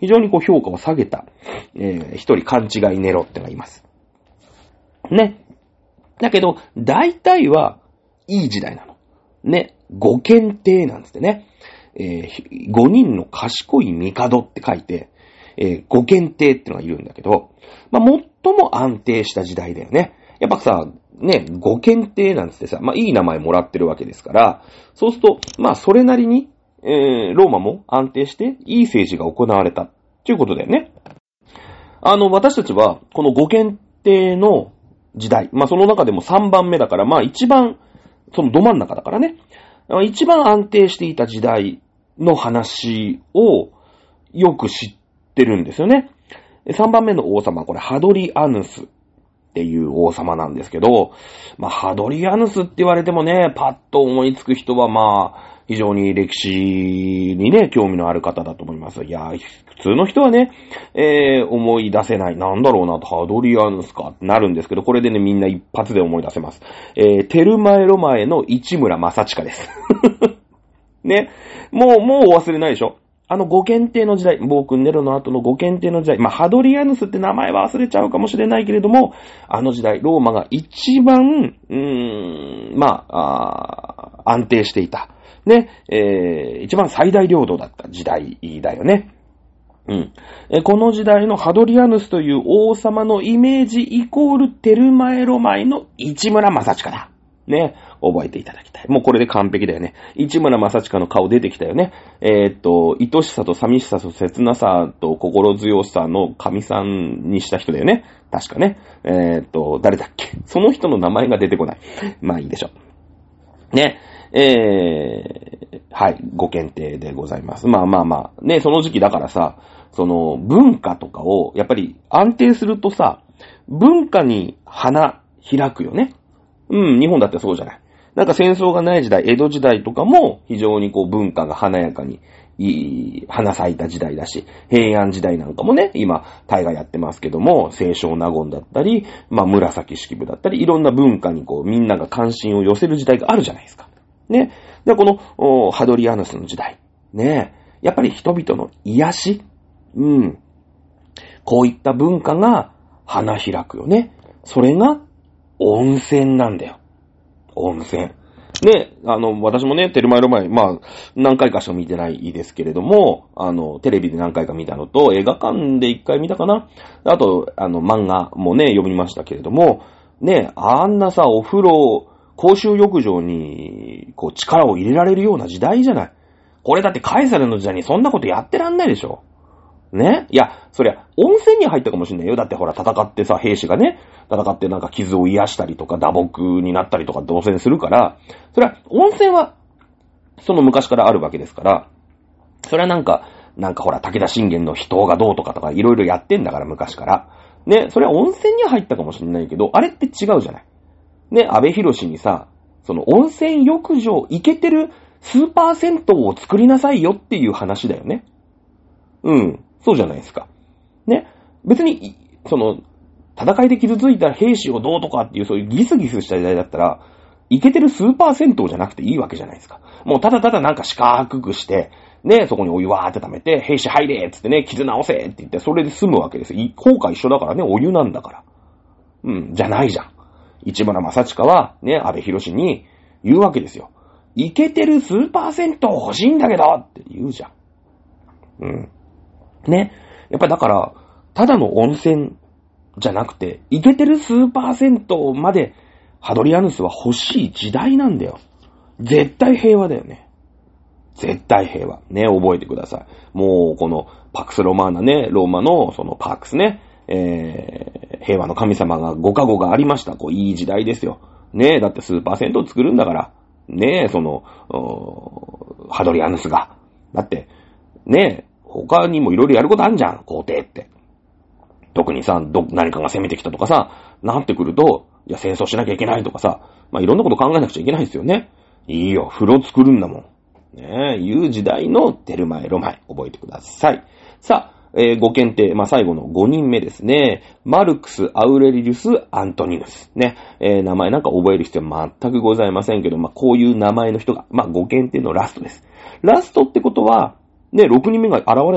非常にこう評価を下げた、えー、一人勘違いネロってのがいます。ね。だけど、大体はいい時代なの。ね。五賢帝なんつってね。えー、五人の賢い帝って書いて、えー、五賢帝ってのがいるんだけど、まあ、最も安定した時代だよね。やっぱさ、ね、五賢帝なんつってさ、まあ、いい名前もらってるわけですから、そうすると、まあ、それなりに、えー、ローマも安定して、いい政治が行われた、っていうことだよね。あの、私たちは、この五賢帝の時代、まあ、その中でもさんばんめだから、まあ、一番、そのど真ん中だからね、一番安定していた時代の話をよく知ってるんですよね。さんばんめの王様、これハドリアヌスっていう王様なんですけど、まあ、ハドリアヌスって言われてもね、パッと思いつく人はまあ、非常に歴史にね、興味のある方だと思います。いや、普通の人はね、えー、思い出せない。なんだろうなと、ハドリアヌスかってなるんですけど、これでね、みんな一発で思い出せます。えー、テルマエロマエの市村正親です。ね。もう、もうお忘れないでしょ。あの五賢帝の時代、暴君ネロの後の五賢帝の時代、まあ、ハドリアヌスって名前は忘れちゃうかもしれないけれども、あの時代、ローマが一番、うーん、まあ、あ安定していた。ね、えー、一番最大領土だった時代だよね。うん。え、この時代のハドリアヌスという王様のイメージイコールテルマエロマエの市村正親だ。ね。覚えていただきたい。もうこれで完璧だよね。市村正親の顔出てきたよね。えー、っと、愛しさと寂しさと切なさと心強さの神さんにした人だよね。確かね。えー、っと、誰だっけ。その人の名前が出てこない。まあいいでしょう。ね。えー、はい。ご検定でございます。まあまあまあ。ね、その時期だからさ、その文化とかを、やっぱり安定するとさ、文化に花開くよね。うん、日本だってそうじゃない。なんか戦争がない時代、江戸時代とかも非常にこう文化が華やかにいい花咲いた時代だし、平安時代なんかもね、今大河やってますけども、清少納言だったり、まあ紫式部だったり、いろんな文化にこうみんなが関心を寄せる時代があるじゃないですか。ね。で、このハドリアヌスの時代。ね。やっぱり人々の癒し。うん。こういった文化が花開くよね。それが温泉なんだよ。温泉。ね、あの、私もね、テルマエロマエ、まあ、何回かしか見てないですけれども、あの、テレビで何回か見たのと、映画館で一回見たかな。あと、あの、漫画もね、読みましたけれども、ね、あんなさ、お風呂、公衆浴場に、こう、力を入れられるような時代じゃない。これだってカエサルの時代にそんなことやってらんないでしょ。ね。いや、そりゃ、温泉に入ったかもしれないよ。だってほら、戦ってさ、兵士がね、戦ってなんか傷を癒したりとか、打撲になったりとか、動線するから、それは、温泉は、その昔からあるわけですから、それはなんか、なんかほら、武田信玄の人がどうとかとか、いろいろやってんだから、昔から。ね、それは温泉には入ったかもしれないけど、あれって違うじゃない。ね、安倍博士にさ、その温泉浴場、イケてるスーパー銭湯を作りなさいよっていう話だよね。うん。そうじゃないですか。ね。別に、その、戦いで傷ついた兵士をどうとかっていう、そういうギスギスした時代だったら、イケてるスーパー銭湯じゃなくていいわけじゃないですか。もうただただなんか四角くして、ね、そこにお湯わーって溜めて、兵士入れっつってね、傷直せって言って、それで済むわけですよ。効果一緒だからね、お湯なんだから。うん、じゃないじゃん。市村正親は、ね、安倍博士に言うわけですよ。イケてるスーパー銭湯欲しいんだけどって言うじゃん。うん。ね。やっぱりだから、ただの温泉じゃなくて、イケてるスーパー銭湯まで、ハドリアヌスは欲しい時代なんだよ。絶対平和だよね。絶対平和。ね、覚えてください。もう、この、パクスロマーナね、ローマの、そのパークスね、えー、平和の神様がご加護がありました。こう、いい時代ですよ。ね、だってスーパー銭湯作るんだから。ね、その、ハドリアヌスが。だって、ね、他にもいろいろやることあるじゃん、皇帝って。特にさ、ど、何かが攻めてきたとかさ、なってくると、いや、戦争しなきゃいけないとかさ、まあ、いろんなこと考えなくちゃいけないですよね。いいよ、風呂作るんだもん。ねえ、いう時代のテルマエロマエ、覚えてください。さあ、えー、ご検定、まあ、最後のごにんめですね。マルクス・アウレリウス・アントニヌス。ね、えー、名前なんか覚える必要は全くございませんけど、まあ、こういう名前の人が、まあ、ご検定のラストです。ラストってことは、ね、ろくにんめが現れなかっ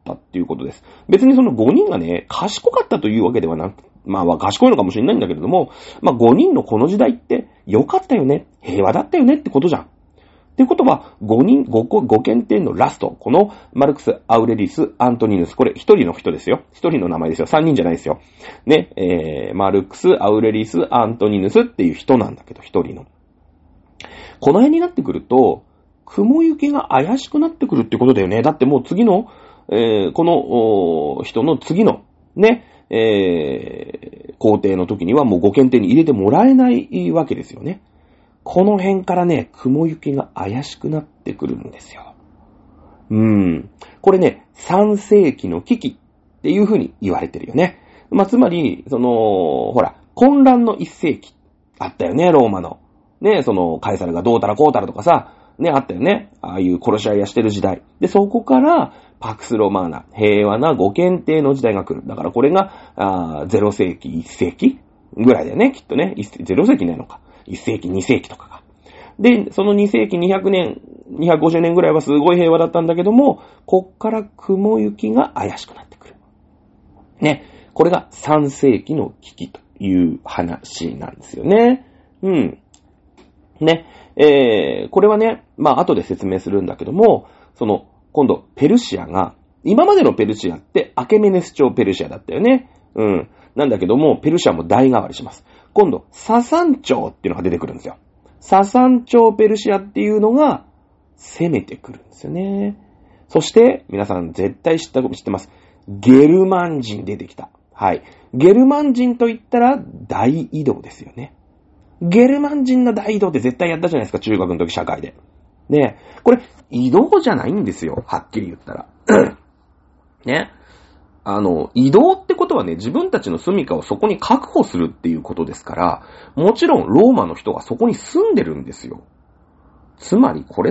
ったっていうことです。別にそのごにんがね、賢かったというわけではなく、まあ賢いのかもしれないんだけれども、まあごにんのこの時代って良かったよね、平和だったよねってことじゃん。ってことは、ごにん、ご、ご検定のラスト、このマルクス・アウレリス・アントニヌス、これ一人の人ですよ。一人の名前ですよ。三人じゃないですよ。ね、えー、マルクス・アウレリス・アントニヌスっていう人なんだけど、一人の。この辺になってくると、雲行きが怪しくなってくるってことだよね。だってもう次の、えー、この人の次の、ね、えー、皇帝の時にはもうご検定に入れてもらえないわけですよね。この辺からね、雲行きが怪しくなってくるんですよ。うーん。これね、さん世紀の危機っていう風に言われてるよね。まあ、つまり、その、ほら、混乱のいっ世紀あったよね、ローマの。ね、その、カエサルがどうたらこうたらとかさ、ね、あったよね。ああいう殺し合いやしてる時代。で、そこから、パクスロマーナ、平和なご検定の時代が来る。だからこれが、あゼロ世紀、いっ世紀ぐらいだよね、きっとね。ゼロ世紀ないのか。いっ世紀、に世紀とかが。で、そのに世紀、にひゃくねん、にひゃくごじゅうねんぐらいはすごい平和だったんだけども、こっから雲行きが怪しくなってくる。ね。これがさん世紀の危機という話なんですよね。うん。ね。えー、これはね、まあ後で説明するんだけども、その、今度、ペルシアが、今までのペルシアってアケメネス朝ペルシアだったよね。うん。なんだけども、ペルシアも代替わりします。今度、ササン朝っていうのが出てくるんですよ。ササン朝ペルシアっていうのが攻めてくるんですよね。そして、皆さん絶対知ったこと知ってます。ゲルマン人出てきた。はい。ゲルマン人と言ったら大移動ですよね。ゲルマン人の大移動って絶対やったじゃないですか、中学の時社会で。ね。これ、移動じゃないんですよ。はっきり言ったら。ね。あの、移動ってことはね、自分たちの住処をそこに確保するっていうことですから、もちろんローマの人がそこに住んでるんですよ。つまりこれって、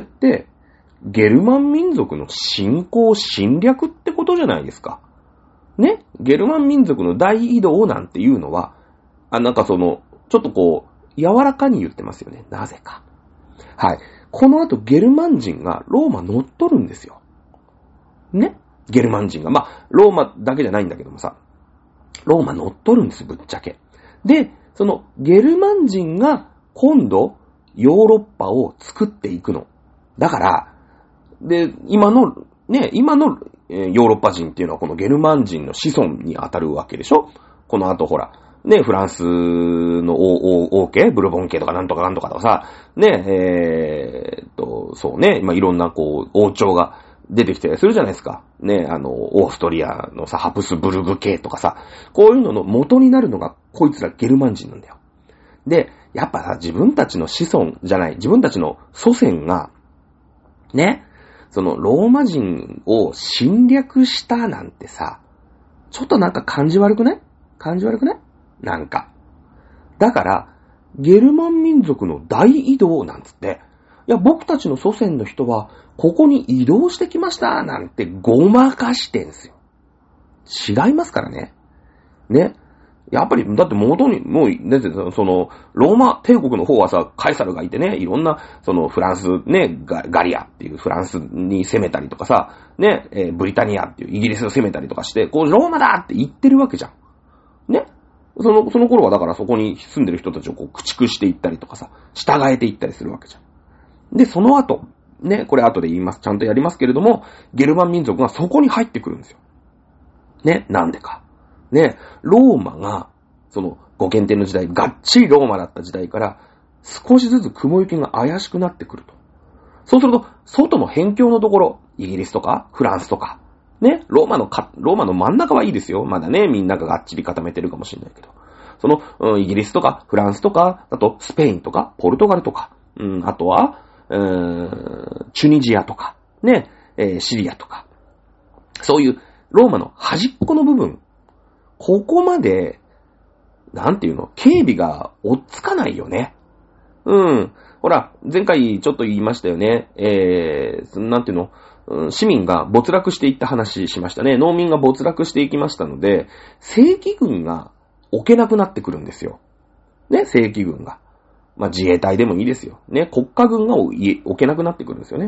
ゲルマン民族の侵攻侵略ってことじゃないですか。ね。ゲルマン民族の大移動なんていうのは、あ、なんかその、ちょっとこう、柔らかに言ってますよね。なぜか。はい。この後ゲルマン人がローマ乗っ取るんですよ。ね。ゲルマン人が。まあ、ローマだけじゃないんだけどもさ。ローマ乗っ取るんです、ぶっちゃけ。で、そのゲルマン人が今度ヨーロッパを作っていくの。だから、で、今の、ね、今のヨーロッパ人っていうのはこのゲルマン人の子孫に当たるわけでしょ。この後ほら、ね、フランスの王、王家、ブルボン家とかなんとかなんとかとかさ、ね、えーっと、そうね、まあ、いろんなこう、王朝が出てきたりするじゃないですか。ね、あの、オーストリアのさ、ハプスブルグ系とかさ、こういうのの元になるのが、こいつらゲルマン人なんだよ。で、やっぱさ、自分たちの子孫じゃない、自分たちの祖先が、ね、その、ローマ人を侵略したなんてさ、ちょっとなんか感じ悪くない？感じ悪くない？なんか。だから、ゲルマン民族の大移動なんつって、いや、僕たちの祖先の人は、ここに移動してきましたなんてごまかしてんすよ。違いますからね。ね。やっぱり、だって元に、もう、ね、その、ローマ帝国の方はさ、カエサルがいてね、いろんな、その、フランス、ね、ガ, ガリアっていうフランスに攻めたりとかさ、ね、えー、ブリタニアっていうイギリスを攻めたりとかして、こう、ローマだって言ってるわけじゃん。ね。その、その頃はだからそこに住んでる人たちをこう、駆逐していったりとかさ、従えていったりするわけじゃん。で、その後、ね、これ後で言います、ちゃんとやりますけれども、ゲルマン民族がそこに入ってくるんですよ。ね、なんでか。ね、ローマが、その、ご検定の時代、がっちりローマだった時代から、少しずつ雲行きが怪しくなってくると。そうすると、外の辺境のところ、イギリスとか、フランスとか、ね、ローマのか、ローマの真ん中はいいですよ。まだね、みんなががっちり固めてるかもしれないけど。その、うん、イギリスとか、フランスとか、あと、スペインとか、ポルトガルとか、うん、あとは、うーん、チュニジアとか、ね、えー、シリアとか。そういう、ローマの端っこの部分、ここまで、なんていうの、警備が追っつかないよね。うん。ほら、前回ちょっと言いましたよね。えー、なんていうの、うん、市民が没落していった話しましたね。農民が没落していきましたので、正規軍が置けなくなってくるんですよ。ね、正規軍が。まあ、自衛隊でもいいですよ。ね、国家軍が置けなくなってくるんですよね。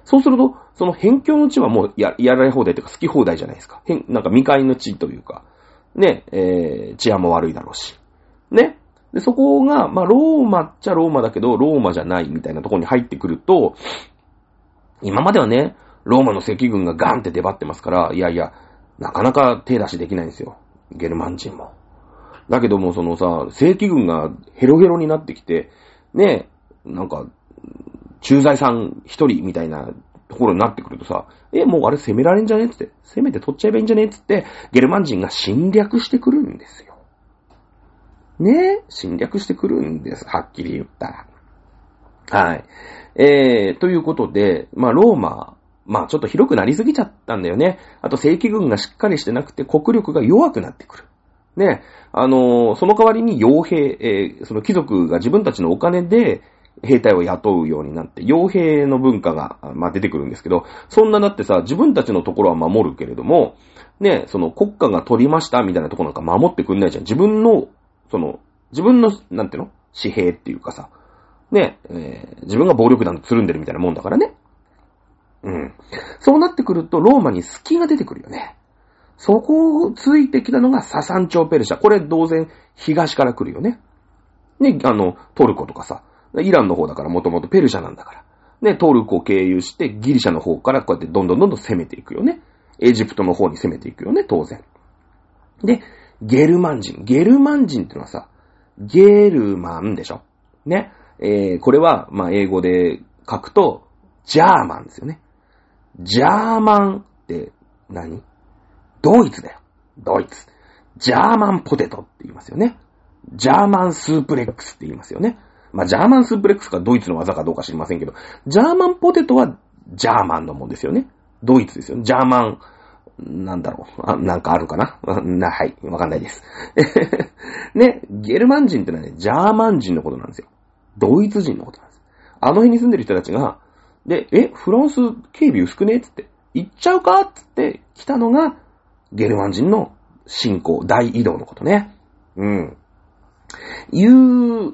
そうすると、その辺境の地はもうや、やられ放題というか好き放題じゃないですか。変、なんか未開の地というか、ね、えー、治安も悪いだろうし。ね。で、そこが、まあ、ローマっちゃローマだけど、ローマじゃないみたいなところに入ってくると、今まではね、ローマの赤軍がガンって出張ってますから、いやいや、なかなか手出しできないんですよ。ゲルマン人も。だけども、そのさ、正規軍がヘロヘロになってきて、ね、なんか、駐在さん一人みたいなところになってくるとさ、え、もうあれ攻められんじゃねえつって、攻めて取っちゃえばいいんじゃねえつって、ゲルマン人が侵略してくるんですよ。ね、侵略してくるんです。はっきり言ったら。はい。えー、ということで、まあ、ローマ、まあ、ちょっと広くなりすぎちゃったんだよね。あと、正規軍がしっかりしてなくて、国力が弱くなってくる。ね、あのー、その代わりに傭兵、えー、その貴族が自分たちのお金で兵隊を雇うようになって、傭兵の文化が、まあ、出てくるんですけど、そんなだってさ、自分たちのところは守るけれども、ね、その国家が取りましたみたいなところなんか守ってくんないじゃん。自分の、その、自分の、なんていうの？紙幣っていうかさ、ね、えー、自分が暴力団とつるんでるみたいなもんだからね。うん。そうなってくると、ローマに隙が出てくるよね。そこをついてきたのがササン朝ペルシャ。これ同然東から来るよね。ね、あの、トルコとかさ、イランの方だからもともとペルシャなんだから。ね、トルコを経由してギリシャの方からこうやってどんどんどんどん攻めていくよね。エジプトの方に攻めていくよね、当然。で、ゲルマン人。ゲルマン人ってのはさ、ゲルマンでしょ。ね。えー、これは、まあ、英語で書くと、ジャーマンですよね。ジャーマンって何？ドイツだよ。ドイツ。ジャーマンポテトって言いますよね。ジャーマンスープレックスって言いますよね。まあ、ジャーマンスープレックスかドイツの技かどうか知りませんけど、ジャーマンポテトはジャーマンのもんですよね。ドイツですよね。ジャーマン、なんだろう。あ、なんかあるかなな、はい。わかんないです。ね、ゲルマン人ってのはね、ジャーマン人のことなんですよ。ドイツ人のことなんです。あの辺に住んでる人たちが、で、え、フランス警備薄くねつって、行っちゃうかつって来たのが、ゲルマン人の侵攻、大移動のことね。うん。いう、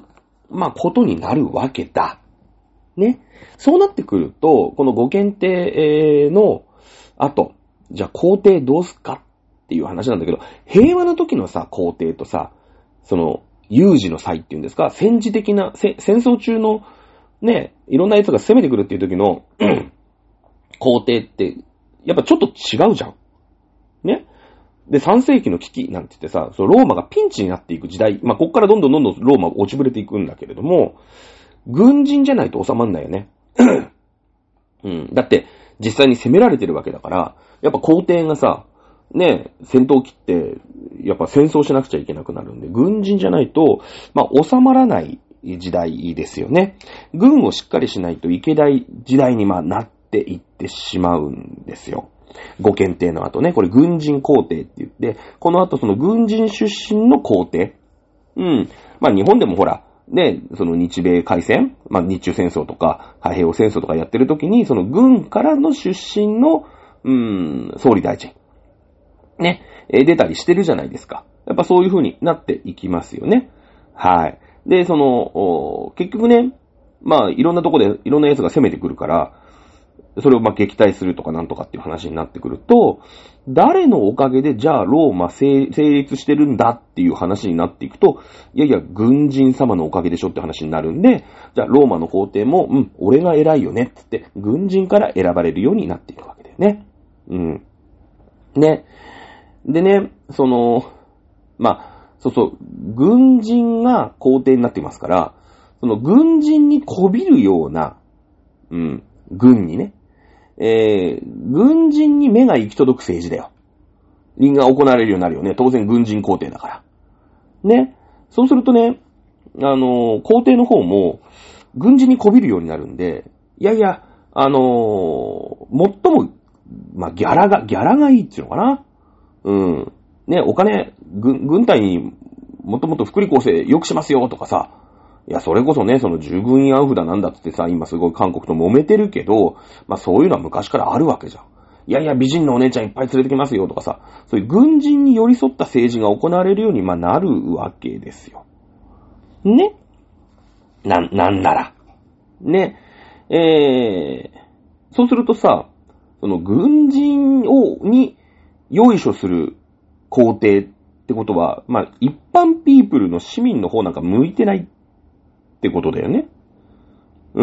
まあ、ことになるわけだ。ね。そうなってくると、このご検定の後、じゃあ皇帝どうすっかっていう話なんだけど、平和の時のさ、皇帝とさ、その、有事の際っていうんですか、戦時的な、戦争中の、ね、いろんな奴が攻めてくるっていう時の、皇帝って、やっぱちょっと違うじゃん。ね。で、さん世紀の危機なんて言ってさ、そのローマがピンチになっていく時代、まあ、こっからどんどんどんどんローマが落ちぶれていくんだけれども、軍人じゃないと収まんないよね。うん。だって、実際に攻められてるわけだから、やっぱ皇帝がさ、ね、戦闘機って、やっぱ戦争しなくちゃいけなくなるんで、軍人じゃないと、まあ、収まらない時代ですよね。軍をしっかりしないといけない時代にまあなっていってしまうんですよ。ご検定の後ね、これ軍人皇帝って言って、この後その軍人出身の皇帝。うん。まあ日本でもほら、ね、その日米開戦、まあ日中戦争とか、太平洋戦争とかやってる時に、その軍からの出身の、うん、総理大臣。ね、え出たりしてるじゃないですか。やっぱそういう風になっていきますよね。はい。で、その、結局ね、まあいろんなとこでいろんな奴が攻めてくるから、それをまあ撃退するとかなんとかっていう話になってくると、誰のおかげでじゃあローマ成立してるんだっていう話になっていくと、いやいや軍人様のおかげでしょって話になるんで、じゃあローマの皇帝も、うん、俺が偉いよねって言って、軍人から選ばれるようになっていくわけだよね。うん。ね。でね、その、まあ、そうそう、軍人が皇帝になっていますから、その軍人に媚びるような、うん、軍にね、えー、軍人に目が行き届く政治だよ。が行われるようになるよね。当然軍人皇帝だから。ね。そうするとね、あのー、皇帝の方も、軍人に媚びるようになるんで、いやいや、あのー、最も、まあ、ギャラが、ギャラがいいっていうのかな。うん。ね、お金、軍、軍隊にもっともっと福利厚生良くしますよとかさ、いや、それこそね、その従軍慰安婦だなんだってさ、今すごい韓国と揉めてるけど、まあそういうのは昔からあるわけじゃん。いやいや、美人のお姉ちゃんいっぱい連れてきますよとかさ、そういう軍人に寄り添った政治が行われるように、まあなるわけですよ。ね。な、なんなら。ね。えそうするとさ、その軍人を、に、よいしょする皇帝ってことは、まあ、一般ピープルの市民の方なんか向いてないってことだよね。うん。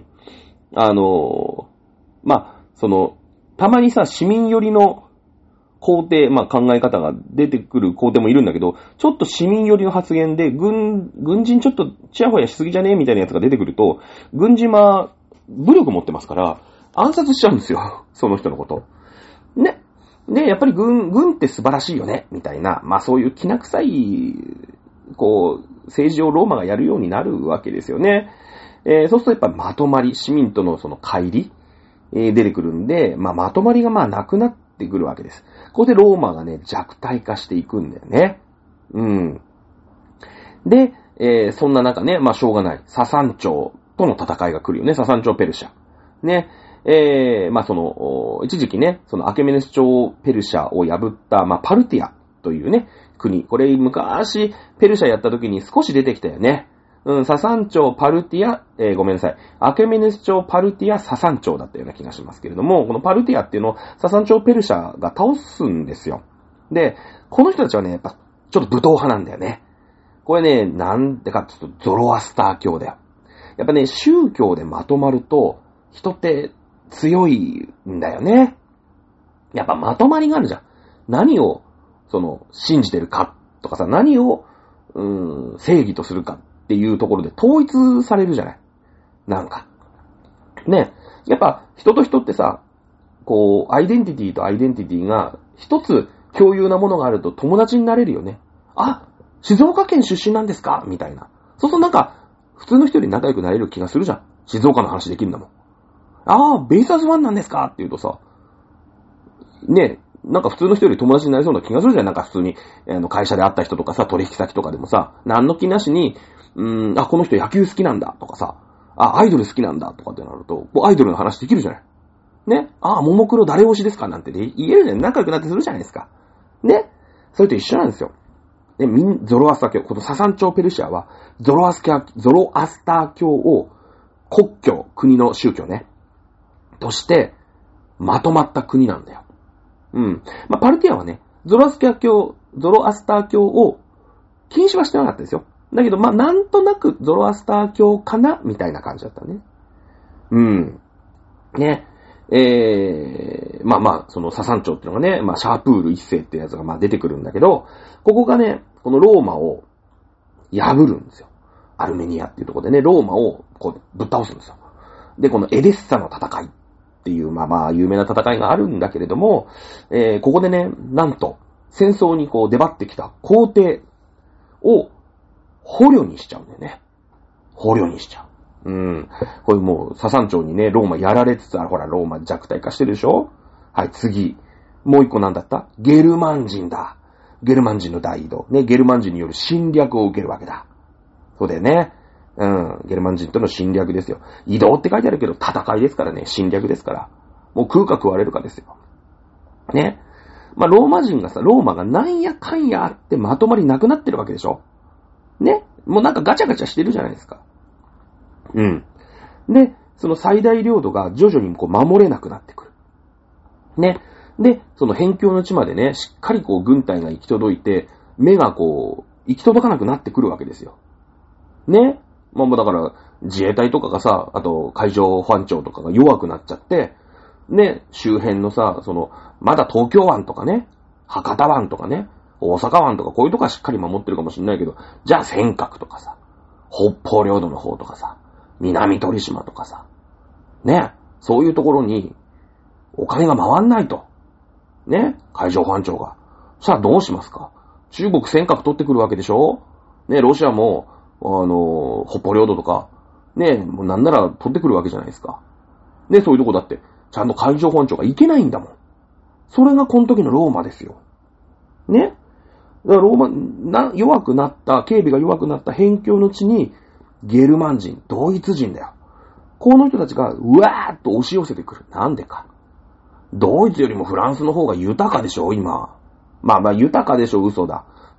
あの、まあ、その、たまにさ、市民寄りの皇帝、まあ、考え方が出てくる皇帝もいるんだけど、ちょっと市民寄りの発言で、軍、軍人ちょっとチヤホヤしすぎじゃねえみたいなやつが出てくると、軍人は武力持ってますから、暗殺しちゃうんですよ。その人のこと。ね。で、やっぱり軍、軍って素晴らしいよね、みたいな、まあそういう気な臭い、こう、政治をローマがやるようになるわけですよね。えー、そうするとやっぱまとまり、市民とのその乖離、えー、出てくるんで、まあまとまりがまあなくなってくるわけです。ここでローマがね、弱体化していくんだよね。うん。で、えー、そんな中ね、まあしょうがない。ササン朝との戦いが来るよね。ササン朝ペルシャ。ね。えー、まあその、一時期ね、そのアケメネス朝ペルシャを破った、まあパルティアというね、国。これ昔、ペルシャやった時に少し出てきたよね。うん、ササン朝パルティア、えー、ごめんなさい。アケメネス朝パルティアササン朝だったような気がしますけれども、このパルティアっていうのをササン朝ペルシャが倒すんですよ。で、この人たちはね、やっぱ、ちょっと武闘派なんだよね。これね、なんでかっていうと、ゾロアスター教だよ。やっぱね、宗教でまとまると、人って強いんだよね。やっぱまとまりがあるじゃん。何を、その、信じてるかとかさ、何を、うーん、正義とするかっていうところで統一されるじゃない。なんか。ね。やっぱ人と人ってさ、こう、アイデンティティとアイデンティティが一つ共有なものがあると友達になれるよね。あ、静岡県出身なんですかみたいな。そうするとなんか、普通の人より仲良くなれる気がするじゃん。静岡の話できるんだもん。ああ、ベイスターズファンなんですかって言うとさ、ね、なんか普通の人より友達になりそうな気がするじゃん。なんか普通に、あの、会社で会った人とかさ、取引先とかでもさ、何の気なしに、うーん、あ、この人野球好きなんだとかさ、あ、アイドル好きなんだとかってなると、アイドルの話できるじゃない。ね。あ、ももクロ誰推しですかなんて言えるじゃん。仲良くなってするじゃないですか。ね。それと一緒なんですよ。で、みん、ゾロアスター教、このササン朝ペルシアは、ゾロアスター、ゾロアスター教を国教、国の宗教ね、として、まとまった国なんだよ。うん。まあ、パルティアはね、ゾロアスター教、ゾロアスター教を禁止はしてなかったですよ。だけど、まあ、なんとなくゾロアスター教かなみたいな感じだったね。うん。ね。えー、まあまあ、そのササン朝っていうのがね、まあ、シャープール一世ってやつがまあ出てくるんだけど、ここがね、このローマを破るんですよ。アルメニアっていうところでね、ローマをこうぶっ倒すんですよ。で、このエデッサの戦いっていう、まあまあ、有名な戦いがあるんだけれども、えー、ここでね、なんと、戦争にこう出張ってきた皇帝を捕虜にしちゃうんだよね。捕虜にしちゃう。うん。これもう、ササン朝にね、ローマやられつつある。ほら、ローマ弱体化してるでしょ？はい、次。もう一個なんだった？ゲルマン人だ。ゲルマン人の大移動。ね、ゲルマン人による侵略を受けるわけだ。そうだよね。うん。ゲルマン人との侵略ですよ。移動って書いてあるけど、戦いですからね。侵略ですから。もう食うか食われるかですよ。ね。まあ、ローマ人がさ、ローマがなんやかんやあってまとまりなくなってるわけでしょ？ね。もうなんかガチャガチャしてるじゃないですか。うん。で、その最大領土が徐々にこう守れなくなってくる。ね。で、その辺境の地までね、しっかりこう軍隊が行き届いて、目がこう、行き届かなくなってくるわけですよ。ね。まあもうだから、自衛隊とかがさ、あと海上保安庁とかが弱くなっちゃって、ね、周辺のさ、その、まだ東京湾とかね、博多湾とかね、大阪湾とかこういうとこはしっかり守ってるかもしれないけど、じゃあ尖閣とかさ、北方領土の方とかさ、南鳥島とかさ、ね、そういうところにお金が回んないと。ね、海上保安庁が。さあどうしますか？中国尖閣取ってくるわけでしょ？ね、ロシアも、あの、北方領土とか、ね、もうなんなら取ってくるわけじゃないですか。ね、そういうとこだって、ちゃんと海上保安庁が行けないんだもん。それがこの時のローマですよ。ね。だからローマ、な、弱くなった、警備が弱くなった辺境の地に、ゲルマン人、ドイツ人だよ。この人たちが、うわーっと押し寄せてくる。なんでか。ドイツよりもフランスの方が豊かでしょ、今。まあまあ豊かでしょ、嘘だ。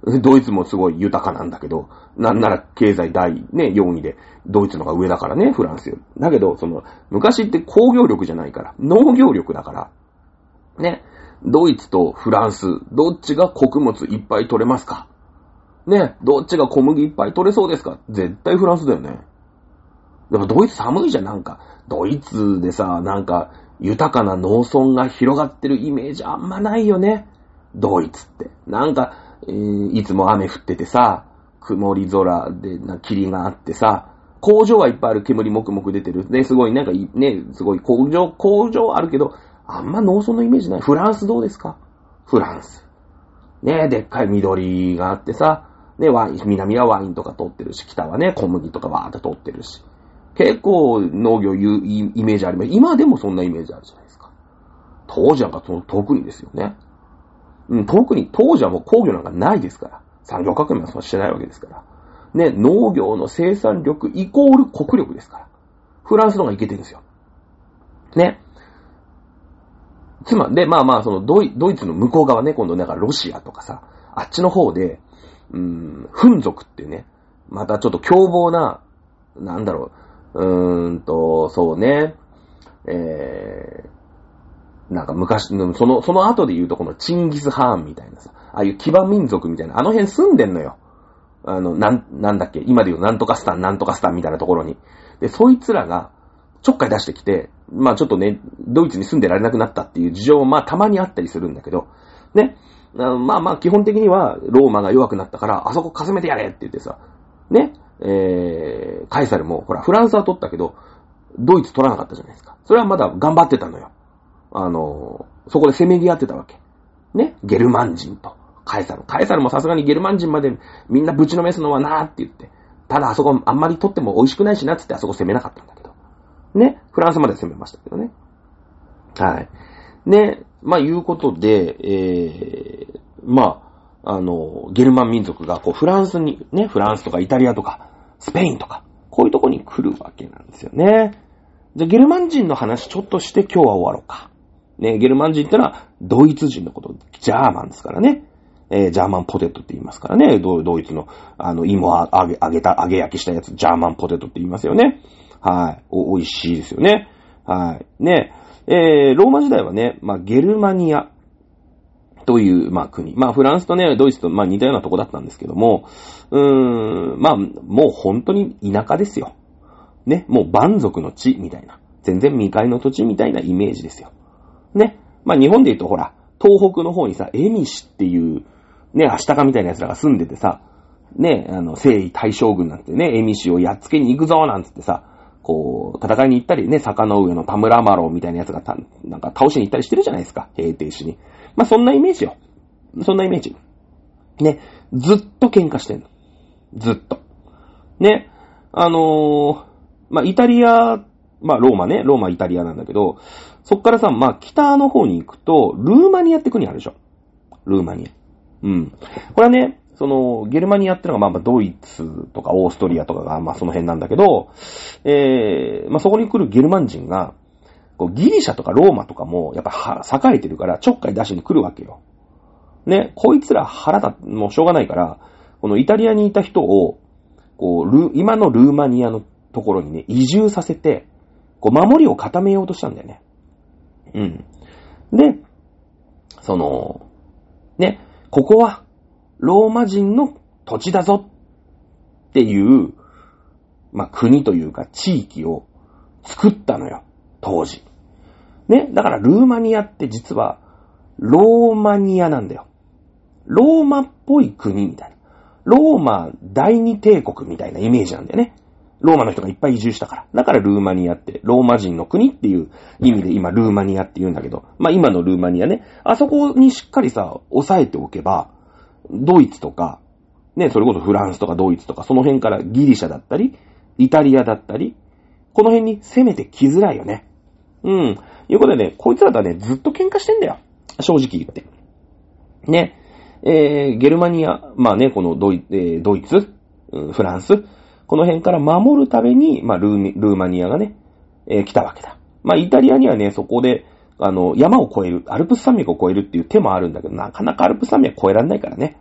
ドイツもすごい豊かなんだけど、なんなら経済第ね、よんいで、ドイツの方が上だからね、フランスより。だけど、その、昔って工業力じゃないから、農業力だから、ね、ドイツとフランス、どっちが穀物いっぱい取れますか？ね、どっちが小麦いっぱい取れそうですか？絶対フランスだよね。でもドイツ寒いじゃん、なんか。ドイツでさ、なんか、豊かな農村が広がってるイメージあんまないよね。ドイツって。なんか、えー、いつも雨降っててさ、曇り空でな霧があってさ、工場はいっぱいある、煙もくもく出てる。ね、すごいなんかね、すごい工場、工場あるけど、あんま農村のイメージない。フランスどうですか？フランス。ね、でっかい緑があってさ、ね、ワイン、南はワインとか取ってるし、北はね、小麦とかわーっと取ってるし。結構農業いうイメージあります。今でもそんなイメージあるじゃないですか。当時なんか特にですよね。うん、特に当時はもう工業なんかないですから。産業革命はそうしてないわけですから。ね、農業の生産力イコール国力ですから。フランスの方がいけてるんですよ。ね。つまり、で、まあまあ、そのドイ、ドイツの向こう側ね、今度なんかロシアとかさ、あっちの方で、うーん、フン族っていうね、またちょっと凶暴な、なんだろう、うーんと、そうね、えー、なんか昔の、その、その後で言うとこのチンギス・ハーンみたいなさ、ああいう騎馬民族みたいな、あの辺住んでんのよ。あの、なん、なんだっけ、今で言うなんとかスタン、なんとかスタンみたいなところに。で、そいつらが、ちょっかい出してきて、まあちょっとね、ドイツに住んでられなくなったっていう事情もまあたまにあったりするんだけど、ね、まあまあ基本的にはローマが弱くなったから、あそこかすめてやれって言ってさ、ね、えー、カエサルも、ほら、フランスは取ったけど、ドイツ取らなかったじゃないですか。それはまだ頑張ってたのよ。あの、そこでせめぎ合ってたわけ。ね、ゲルマン人とカエサル。カエサルもさすがにゲルマン人までみんなぶちのめすのはなーって言って、ただあそこあんまり取っても美味しくないしなってってあそこ攻めなかったんだけど。ね、フランスまで攻めましたけどね。はい。ね、まあいうことで、えー、まあ、あの、ゲルマン民族がこうフランスに、ね、フランスとかイタリアとか、スペインとか、こういうとこに来るわけなんですよね。じゃあゲルマン人の話ちょっとして今日は終わろうか。ね、ゲルマン人ってのはドイツ人のこと、ジャーマンですからね。えー、ジャーマンポテトって言いますからね。ド, ドイツの、あの、芋を揚げ、揚げた、揚げ焼きしたやつ、ジャーマンポテトって言いますよね。はい。お、美味しいですよね。はい。ね。えー、ローマ時代はね、まあ、ゲルマニアという、まあ、国。まあ、フランスとね、ドイツと、まあ、似たようなとこだったんですけども、うーん、まあ、もう本当に田舎ですよ。ね。もう蛮族の地みたいな。全然未開の土地みたいなイメージですよ。ね。まあ、日本で言うと、ほら、東北の方にさ、エミシっていう、ね、アシタカみたいな奴らが住んでてさ、ね、あの、征夷大将軍なんてね、エミシをやっつけに行くぞなんつってさ、こう、戦いに行ったりね、坂の上の田村麻呂みたいなやつがた、なんか倒しに行ったりしてるじゃないですか、平定士に。まあ、そんなイメージよ。そんなイメージ。ね、ずっと喧嘩してんの。ずっと。ね、あのー、まあ、イタリア、まあ、ローマね、ローマイタリアなんだけど、そっからさ、まあ、北の方に行くと、ルーマニアって国あるでしょ。ルーマニア。うん。これはね、その、ゲルマニアってのが、まあ、まあ、ドイツとかオーストリアとかが、まあ、その辺なんだけど、えー、まあ、そこに来るゲルマン人が、こう、ギリシャとかローマとかも、やっぱは、栄えてるから、ちょっかい出しに来るわけよ。ね、こいつら腹だ、もうしょうがないから、このイタリアにいた人を、こう、ル、今のルーマニアのところにね、移住させて、こう、守りを固めようとしたんだよね。うん。で、その、ね、ここは、ローマ人の土地だぞっていう、まあ、国というか地域を作ったのよ、当時。ね、だからルーマニアって実は、ローマニアなんだよ。ローマっぽい国みたいな。ローマ第二帝国みたいなイメージなんだよね。ローマの人がいっぱい移住したから。だからルーマニアって、ローマ人の国っていう意味で今ルーマニアって言うんだけど、まあ今のルーマニアね、あそこにしっかりさ、抑えておけば、ドイツとか、ね、それこそフランスとかドイツとか、その辺からギリシャだったり、イタリアだったり、この辺に攻めてきづらいよね。うん。いうことでね、こいつらとはね、ずっと喧嘩してんだよ。正直言って。ね。えー、ゲルマニア、まあね、このドイ、えー、ドイツ、うん、フランス、この辺から守るために、まあルーミ、ルーマニアがね、えー、来たわけだ。まあイタリアにはね、そこで、あの、山を越える、アルプス山脈を越えるっていう手もあるんだけど、なかなかアルプス山脈越えられないからね。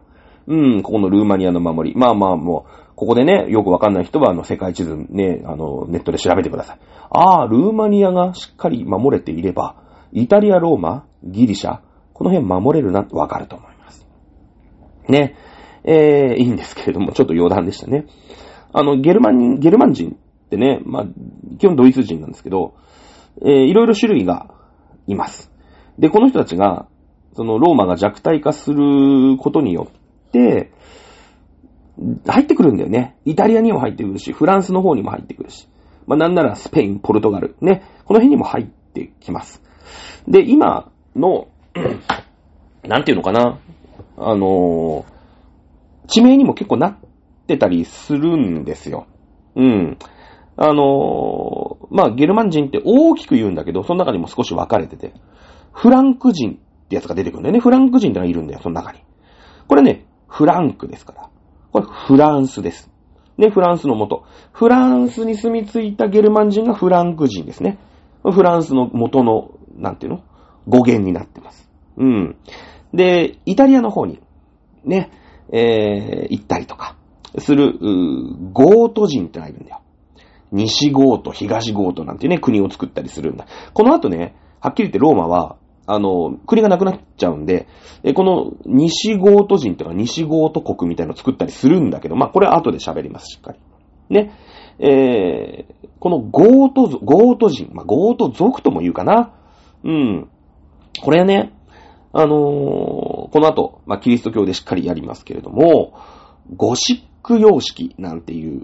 うん、ここのルーマニアの守り。まあまあもう、ここでね、よくわかんない人は、あの、世界地図ね、あの、ネットで調べてください。ああ、ルーマニアがしっかり守れていれば、イタリア、ローマ、ギリシャ、この辺守れるなってわかると思います。ね。えー、いいんですけれども、ちょっと余談でしたね。あの、ゲルマン、ゲルマン人ってね、まあ、基本ドイツ人なんですけど、えー、いろいろ種類がいます。で、この人たちが、その、ローマが弱体化することによって、入ってくるんだよね。イタリアにも入ってくるし、フランスの方にも入ってくるし。まあ、なんならスペイン、ポルトガル、ね。この辺にも入ってきます。で、今の、なんていうのかな。あのー、地名にも結構なってたりするんですよ。うん。あのー、まあ、ゲルマン人って大きく言うんだけど、その中にも少し分かれてて、フランク人ってやつが出てくるんだよね。フランク人ってのがいるんだよ、その中に。これね、フランクですから。これフランスです。ね、フランスの元。フランスに住み着いたゲルマン人がフランク人ですね。フランスの元の、なんていうの？語源になってます。うん。で、イタリアの方に、ね、えー、行ったりとか、する、ゴート人ってのがいるんだよ。西ゴート、東ゴートなんてね、国を作ったりするんだ。この後ね、はっきり言ってローマは、あの、国がなくなっちゃうんで、えこの西ゴート人というか西ゴート国みたいなのを作ったりするんだけど、まあこれは後で喋ります、しっかり。ね。えー、このゴート、ゴート人、まあゴート族とも言うかな。うん。これはね、あのー、この後、まあキリスト教でしっかりやりますけれども、ゴシック様式なんていう、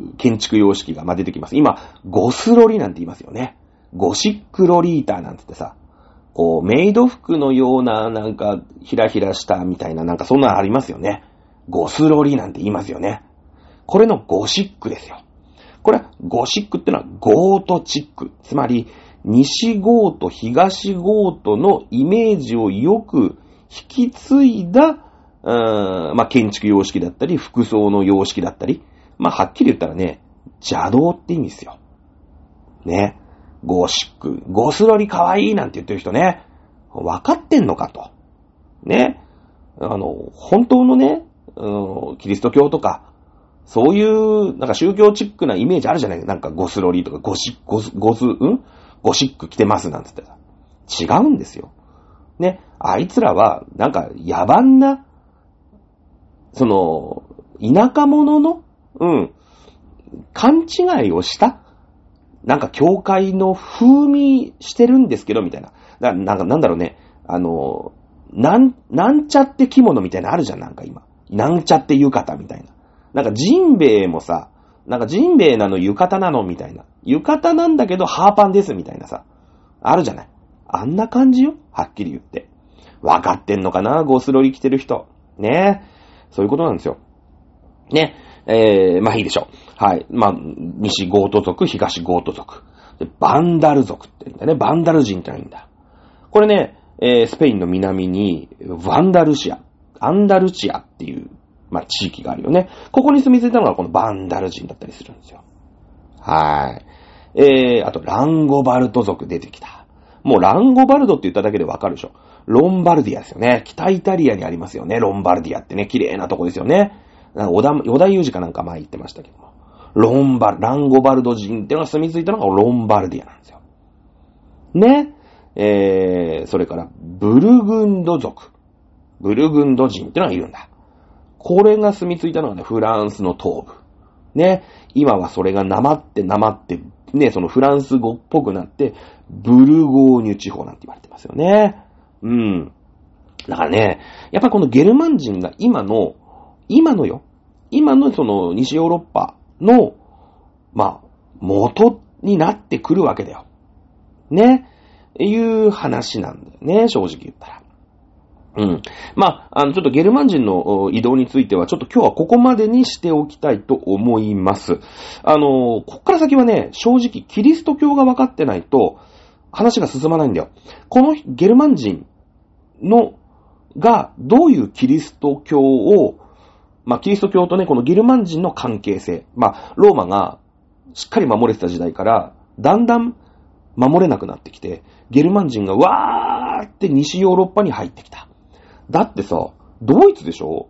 う建築様式がまあ出てきます。今、ゴスロリなんて言いますよね。ゴシックロリータなんて言ってさ、こう、メイド服のような、なんか、ひらひらしたみたいな、なんかそんなのありますよね。ゴスロリなんて言いますよね。これのゴシックですよ。これは、ゴシックってのはゴートチック。つまり、西ゴート、東ゴートのイメージをよく引き継いだ、うーん、まあ、建築様式だったり、服装の様式だったり、まあ、はっきり言ったらね、邪道って意味ですよ。ね。ゴシック、ゴスロリかわいいなんて言ってる人ね、分かってんのかと。ね。あの、本当のね、うん、キリスト教とか、そういう、なんか宗教チックなイメージあるじゃない。なんかゴスロリとかゴシック、ゴス、ゴス、うんゴシック着てますなんつってさ。違うんですよ。ね。あいつらは、なんか野蛮な、その、田舎者の、うん、勘違いをしたなんか教会の風味してるんですけど、みたいな。な、なんかなんだろうね。あの、なん、なんちゃって着物みたいなのあるじゃん、なんか今。なんちゃって浴衣みたいな。なんかジンベエもさ、なんかジンベエなの浴衣なのみたいな。浴衣なんだけどハーパンですみたいなさ。あるじゃない。あんな感じよ。はっきり言って。わかってんのかなゴスロリ着てる人。ねえ。そういうことなんですよ。ね。えー、まあいいでしょう。はい。まあ、西ゴート族、東ゴート族。で、バンダル族って言うんだね。バンダル人ってのがいいんだ。これね、えー、スペインの南に、ワンダルシア、アンダルチアっていう、まあ地域があるよね。ここに住み着いたのがこのバンダル人だったりするんですよ。はい。えー、あと、ランゴバルド族出てきた。もうランゴバルドって言っただけでわかるでしょ。ロンバルディアですよね。北イタリアにありますよね。ロンバルディアってね、綺麗なとこですよね。小田、小田裕二かなんか前言ってましたけども。ロンバル、ランゴバルド人っていうのが住み着いたのがロンバルディアなんですよ。ね。えー、それから、ブルグンド族。ブルグンド人っていうのがいるんだ。これが住み着いたのがね、フランスの東部。ね。今はそれがなまってなまって、ね、そのフランス語っぽくなって、ブルゴーニュ地方なんて言われてますよね。うん。だからね、やっぱりこのゲルマン人が今の、今のよ。今のその西ヨーロッパの、まあ、元になってくるわけだよ。ね。いう話なんだよね、正直言ったら。うん。まあ、あの、ちょっとゲルマン人の移動については、ちょっと今日はここまでにしておきたいと思います。あの、こっから先はね、正直キリスト教が分かってないと、話が進まないんだよ。このゲルマン人の、が、どういうキリスト教を、まあ、キリスト教とね、このゲルマン人の関係性。まあ、ローマがしっかり守れてた時代から、だんだん守れなくなってきて、ゲルマン人がわーって西ヨーロッパに入ってきた。だってさ、ドイツでしょ？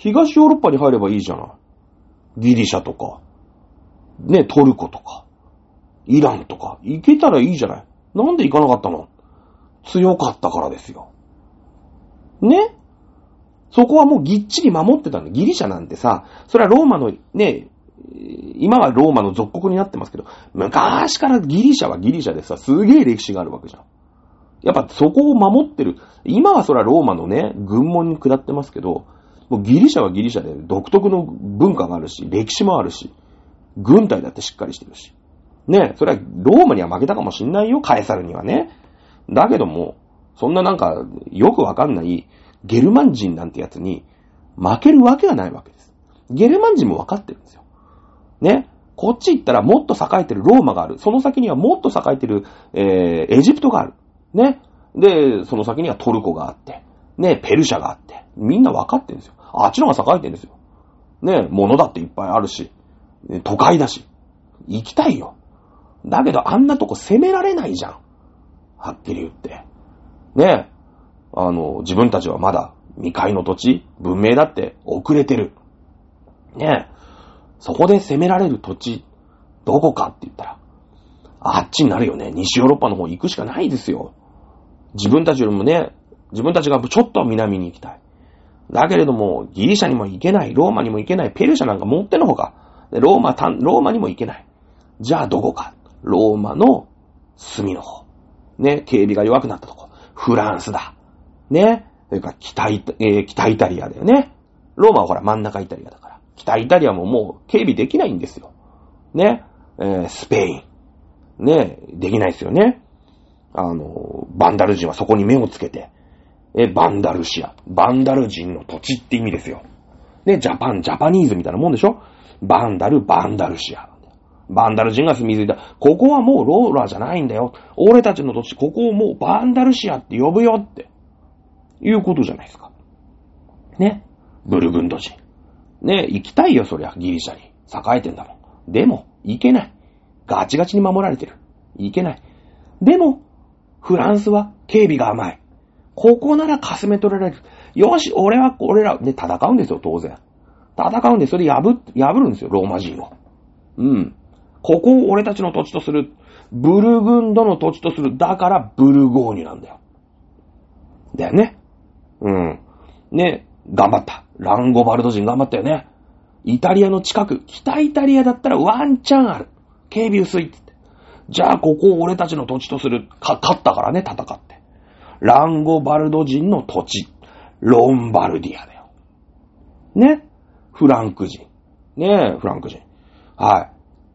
東ヨーロッパに入ればいいじゃない。ギリシャとか、ね、トルコとか、イランとか、行けたらいいじゃない。なんで行かなかったの？強かったからですよ。ね？そこはもうぎっちり守ってたんだ。ギリシャなんてさ、それはローマのね、今はローマの属国になってますけど、昔からギリシャはギリシャでさ、すげえ歴史があるわけじゃん。やっぱそこを守ってる。今はそれはローマのね、軍門に下ってますけど、もうギリシャはギリシャで独特の文化があるし、歴史もあるし、軍隊だってしっかりしてるし。ね、それはローマには負けたかもしんないよ、カエサルにはね。だけども、そんななんか、よくわかんないゲルマン人なんてやつに負けるわけがないわけです。ゲルマン人もわかってるんですよ。ね。こっち行ったらもっと栄えてるローマがある。その先にはもっと栄えてる、えー、エジプトがある。ね。で、その先にはトルコがあって、ね、ペルシャがあって、みんなわかってるんですよ。あっちの方が栄えてるんですよ。ね、物だっていっぱいあるし、都会だし、行きたいよ。だけどあんなとこ攻められないじゃん。はっきり言って。ね、あの、自分たちはまだ未開の土地、文明だって遅れてる。ね、そこで攻められる土地、どこかって言ったら、あっちになるよね。西ヨーロッパの方行くしかないですよ。自分たちよりもね、自分たちがちょっと南に行きたい。だけれども、ギリシャにも行けない、ローマにも行けない、ペルシャなんか持ってのほか、ローマ、ローマにも行けない。じゃあどこか。ローマの隅の方。ね、警備が弱くなったとこ。フランスだ。ね、それから北イタ、えー、北イタリアだよね。ローマはほら真ん中イタリアだから。北イタリアももう警備できないんですよ。ね、えー、スペイン。ね、できないですよね。あの、バンダル人はそこに目をつけて、え、バンダルシア。バンダル人の土地って意味ですよ。ね、ジャパン、ジャパニーズみたいなもんでしょ？バンダル、バンダルシア。バンダル人が住み着いた。ここはもうローラじゃないんだよ。俺たちの土地、ここをもうバンダルシアって呼ぶよって。いうことじゃないですか。ね。ブルグンド人。ね、行きたいよ、そりゃ、ギリシャに。栄えてんだもん。でも、行けない。ガチガチに守られてる。行けない。でも、フランスは警備が甘い。ここならかすめ取られる。よし、俺は、俺ら、ね、戦うんですよ、当然。戦うんで、それ破、破るんですよ、ローマ人を。うん。ここを俺たちの土地とする。ブルグンドの土地とする。だから、ブルゴーニュなんだよ。だよね。うん。ね、頑張った。ランゴバルド人頑張ったよね。イタリアの近く、北イタリアだったらワンチャンある。警備薄いって言って。じゃあ、ここを俺たちの土地とする。か、勝ったからね、戦って。ランゴバルド人の土地。ロンバルディアだよ。ね。フランク人。ねえ、フランク人。はい。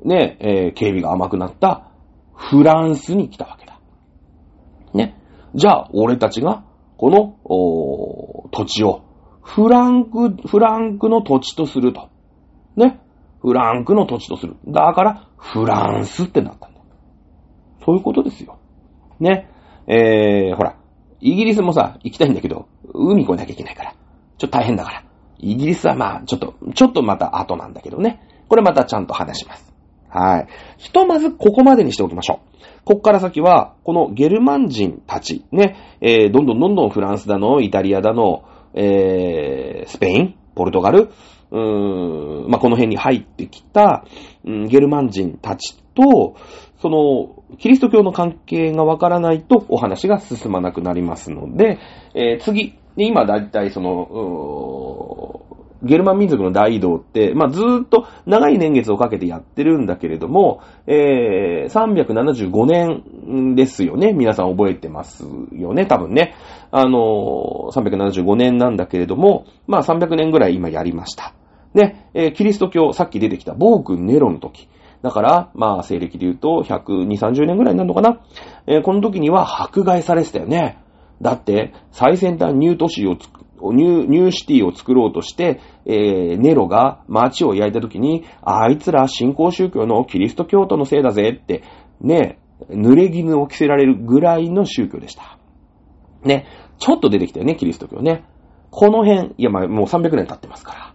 ねえ、えー、警備が甘くなったフランスに来たわけだ。ね。じゃあ、俺たちが、この、おー、土地を、フランク、フランクの土地とすると。ね。フランクの土地とする。だから、フランスってなったんだ。そういうことですよ。ね。えー、ほら、イギリスもさ、行きたいんだけど、海越えなきゃいけないから。ちょっと大変だから。イギリスはまあ、ちょっと、ちょっとまた後なんだけどね。これまたちゃんと話します。はい。ひとまずここまでにしておきましょう。こっから先は、このゲルマン人たち、ね、えー、どんどんどんどんフランスだの、イタリアだの、えー、スペイン、ポルトガル、うーん、まあ、この辺に入ってきた、うん、ゲルマン人たちと、その、キリスト教の関係がわからないとお話が進まなくなりますので、えー、次、今だいたいその、ゲルマン民族の大移動って、まあ、ずーっと長い年月をかけてやってるんだけれども、えー、さんびゃくななじゅうごねんですよね。皆さん覚えてますよね、多分ね。あのー、さんびゃくななじゅうごねんなんだけれども、まあ、さんびゃくねんぐらい今やりました。ね、えー、キリスト教、さっき出てきた暴君ネロの時。だから、まあ、西暦で言うと、ひゃくにじゅう、さんじゅうねんぐらいになるのかな。えー、この時には迫害されてたよね。だって、最先端ニュー都市をつく、ニュー、ニューシティを作ろうとして、えー、ネロが街を焼いた時に、あいつら新興宗教のキリスト教徒のせいだぜって、ね、濡れ衣を着せられるぐらいの宗教でした。ね、ちょっと出てきたよね、キリスト教ね。この辺、いや、まあ、もうさんびゃくねん経ってますから。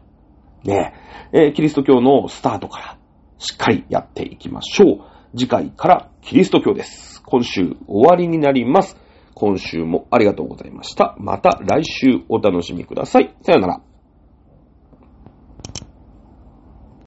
ね、えー、キリスト教のスタートから、しっかりやっていきましょう。次回からキリスト教です。今週終わりになります。今週もありがとうございました。また来週お楽しみください。さよなら。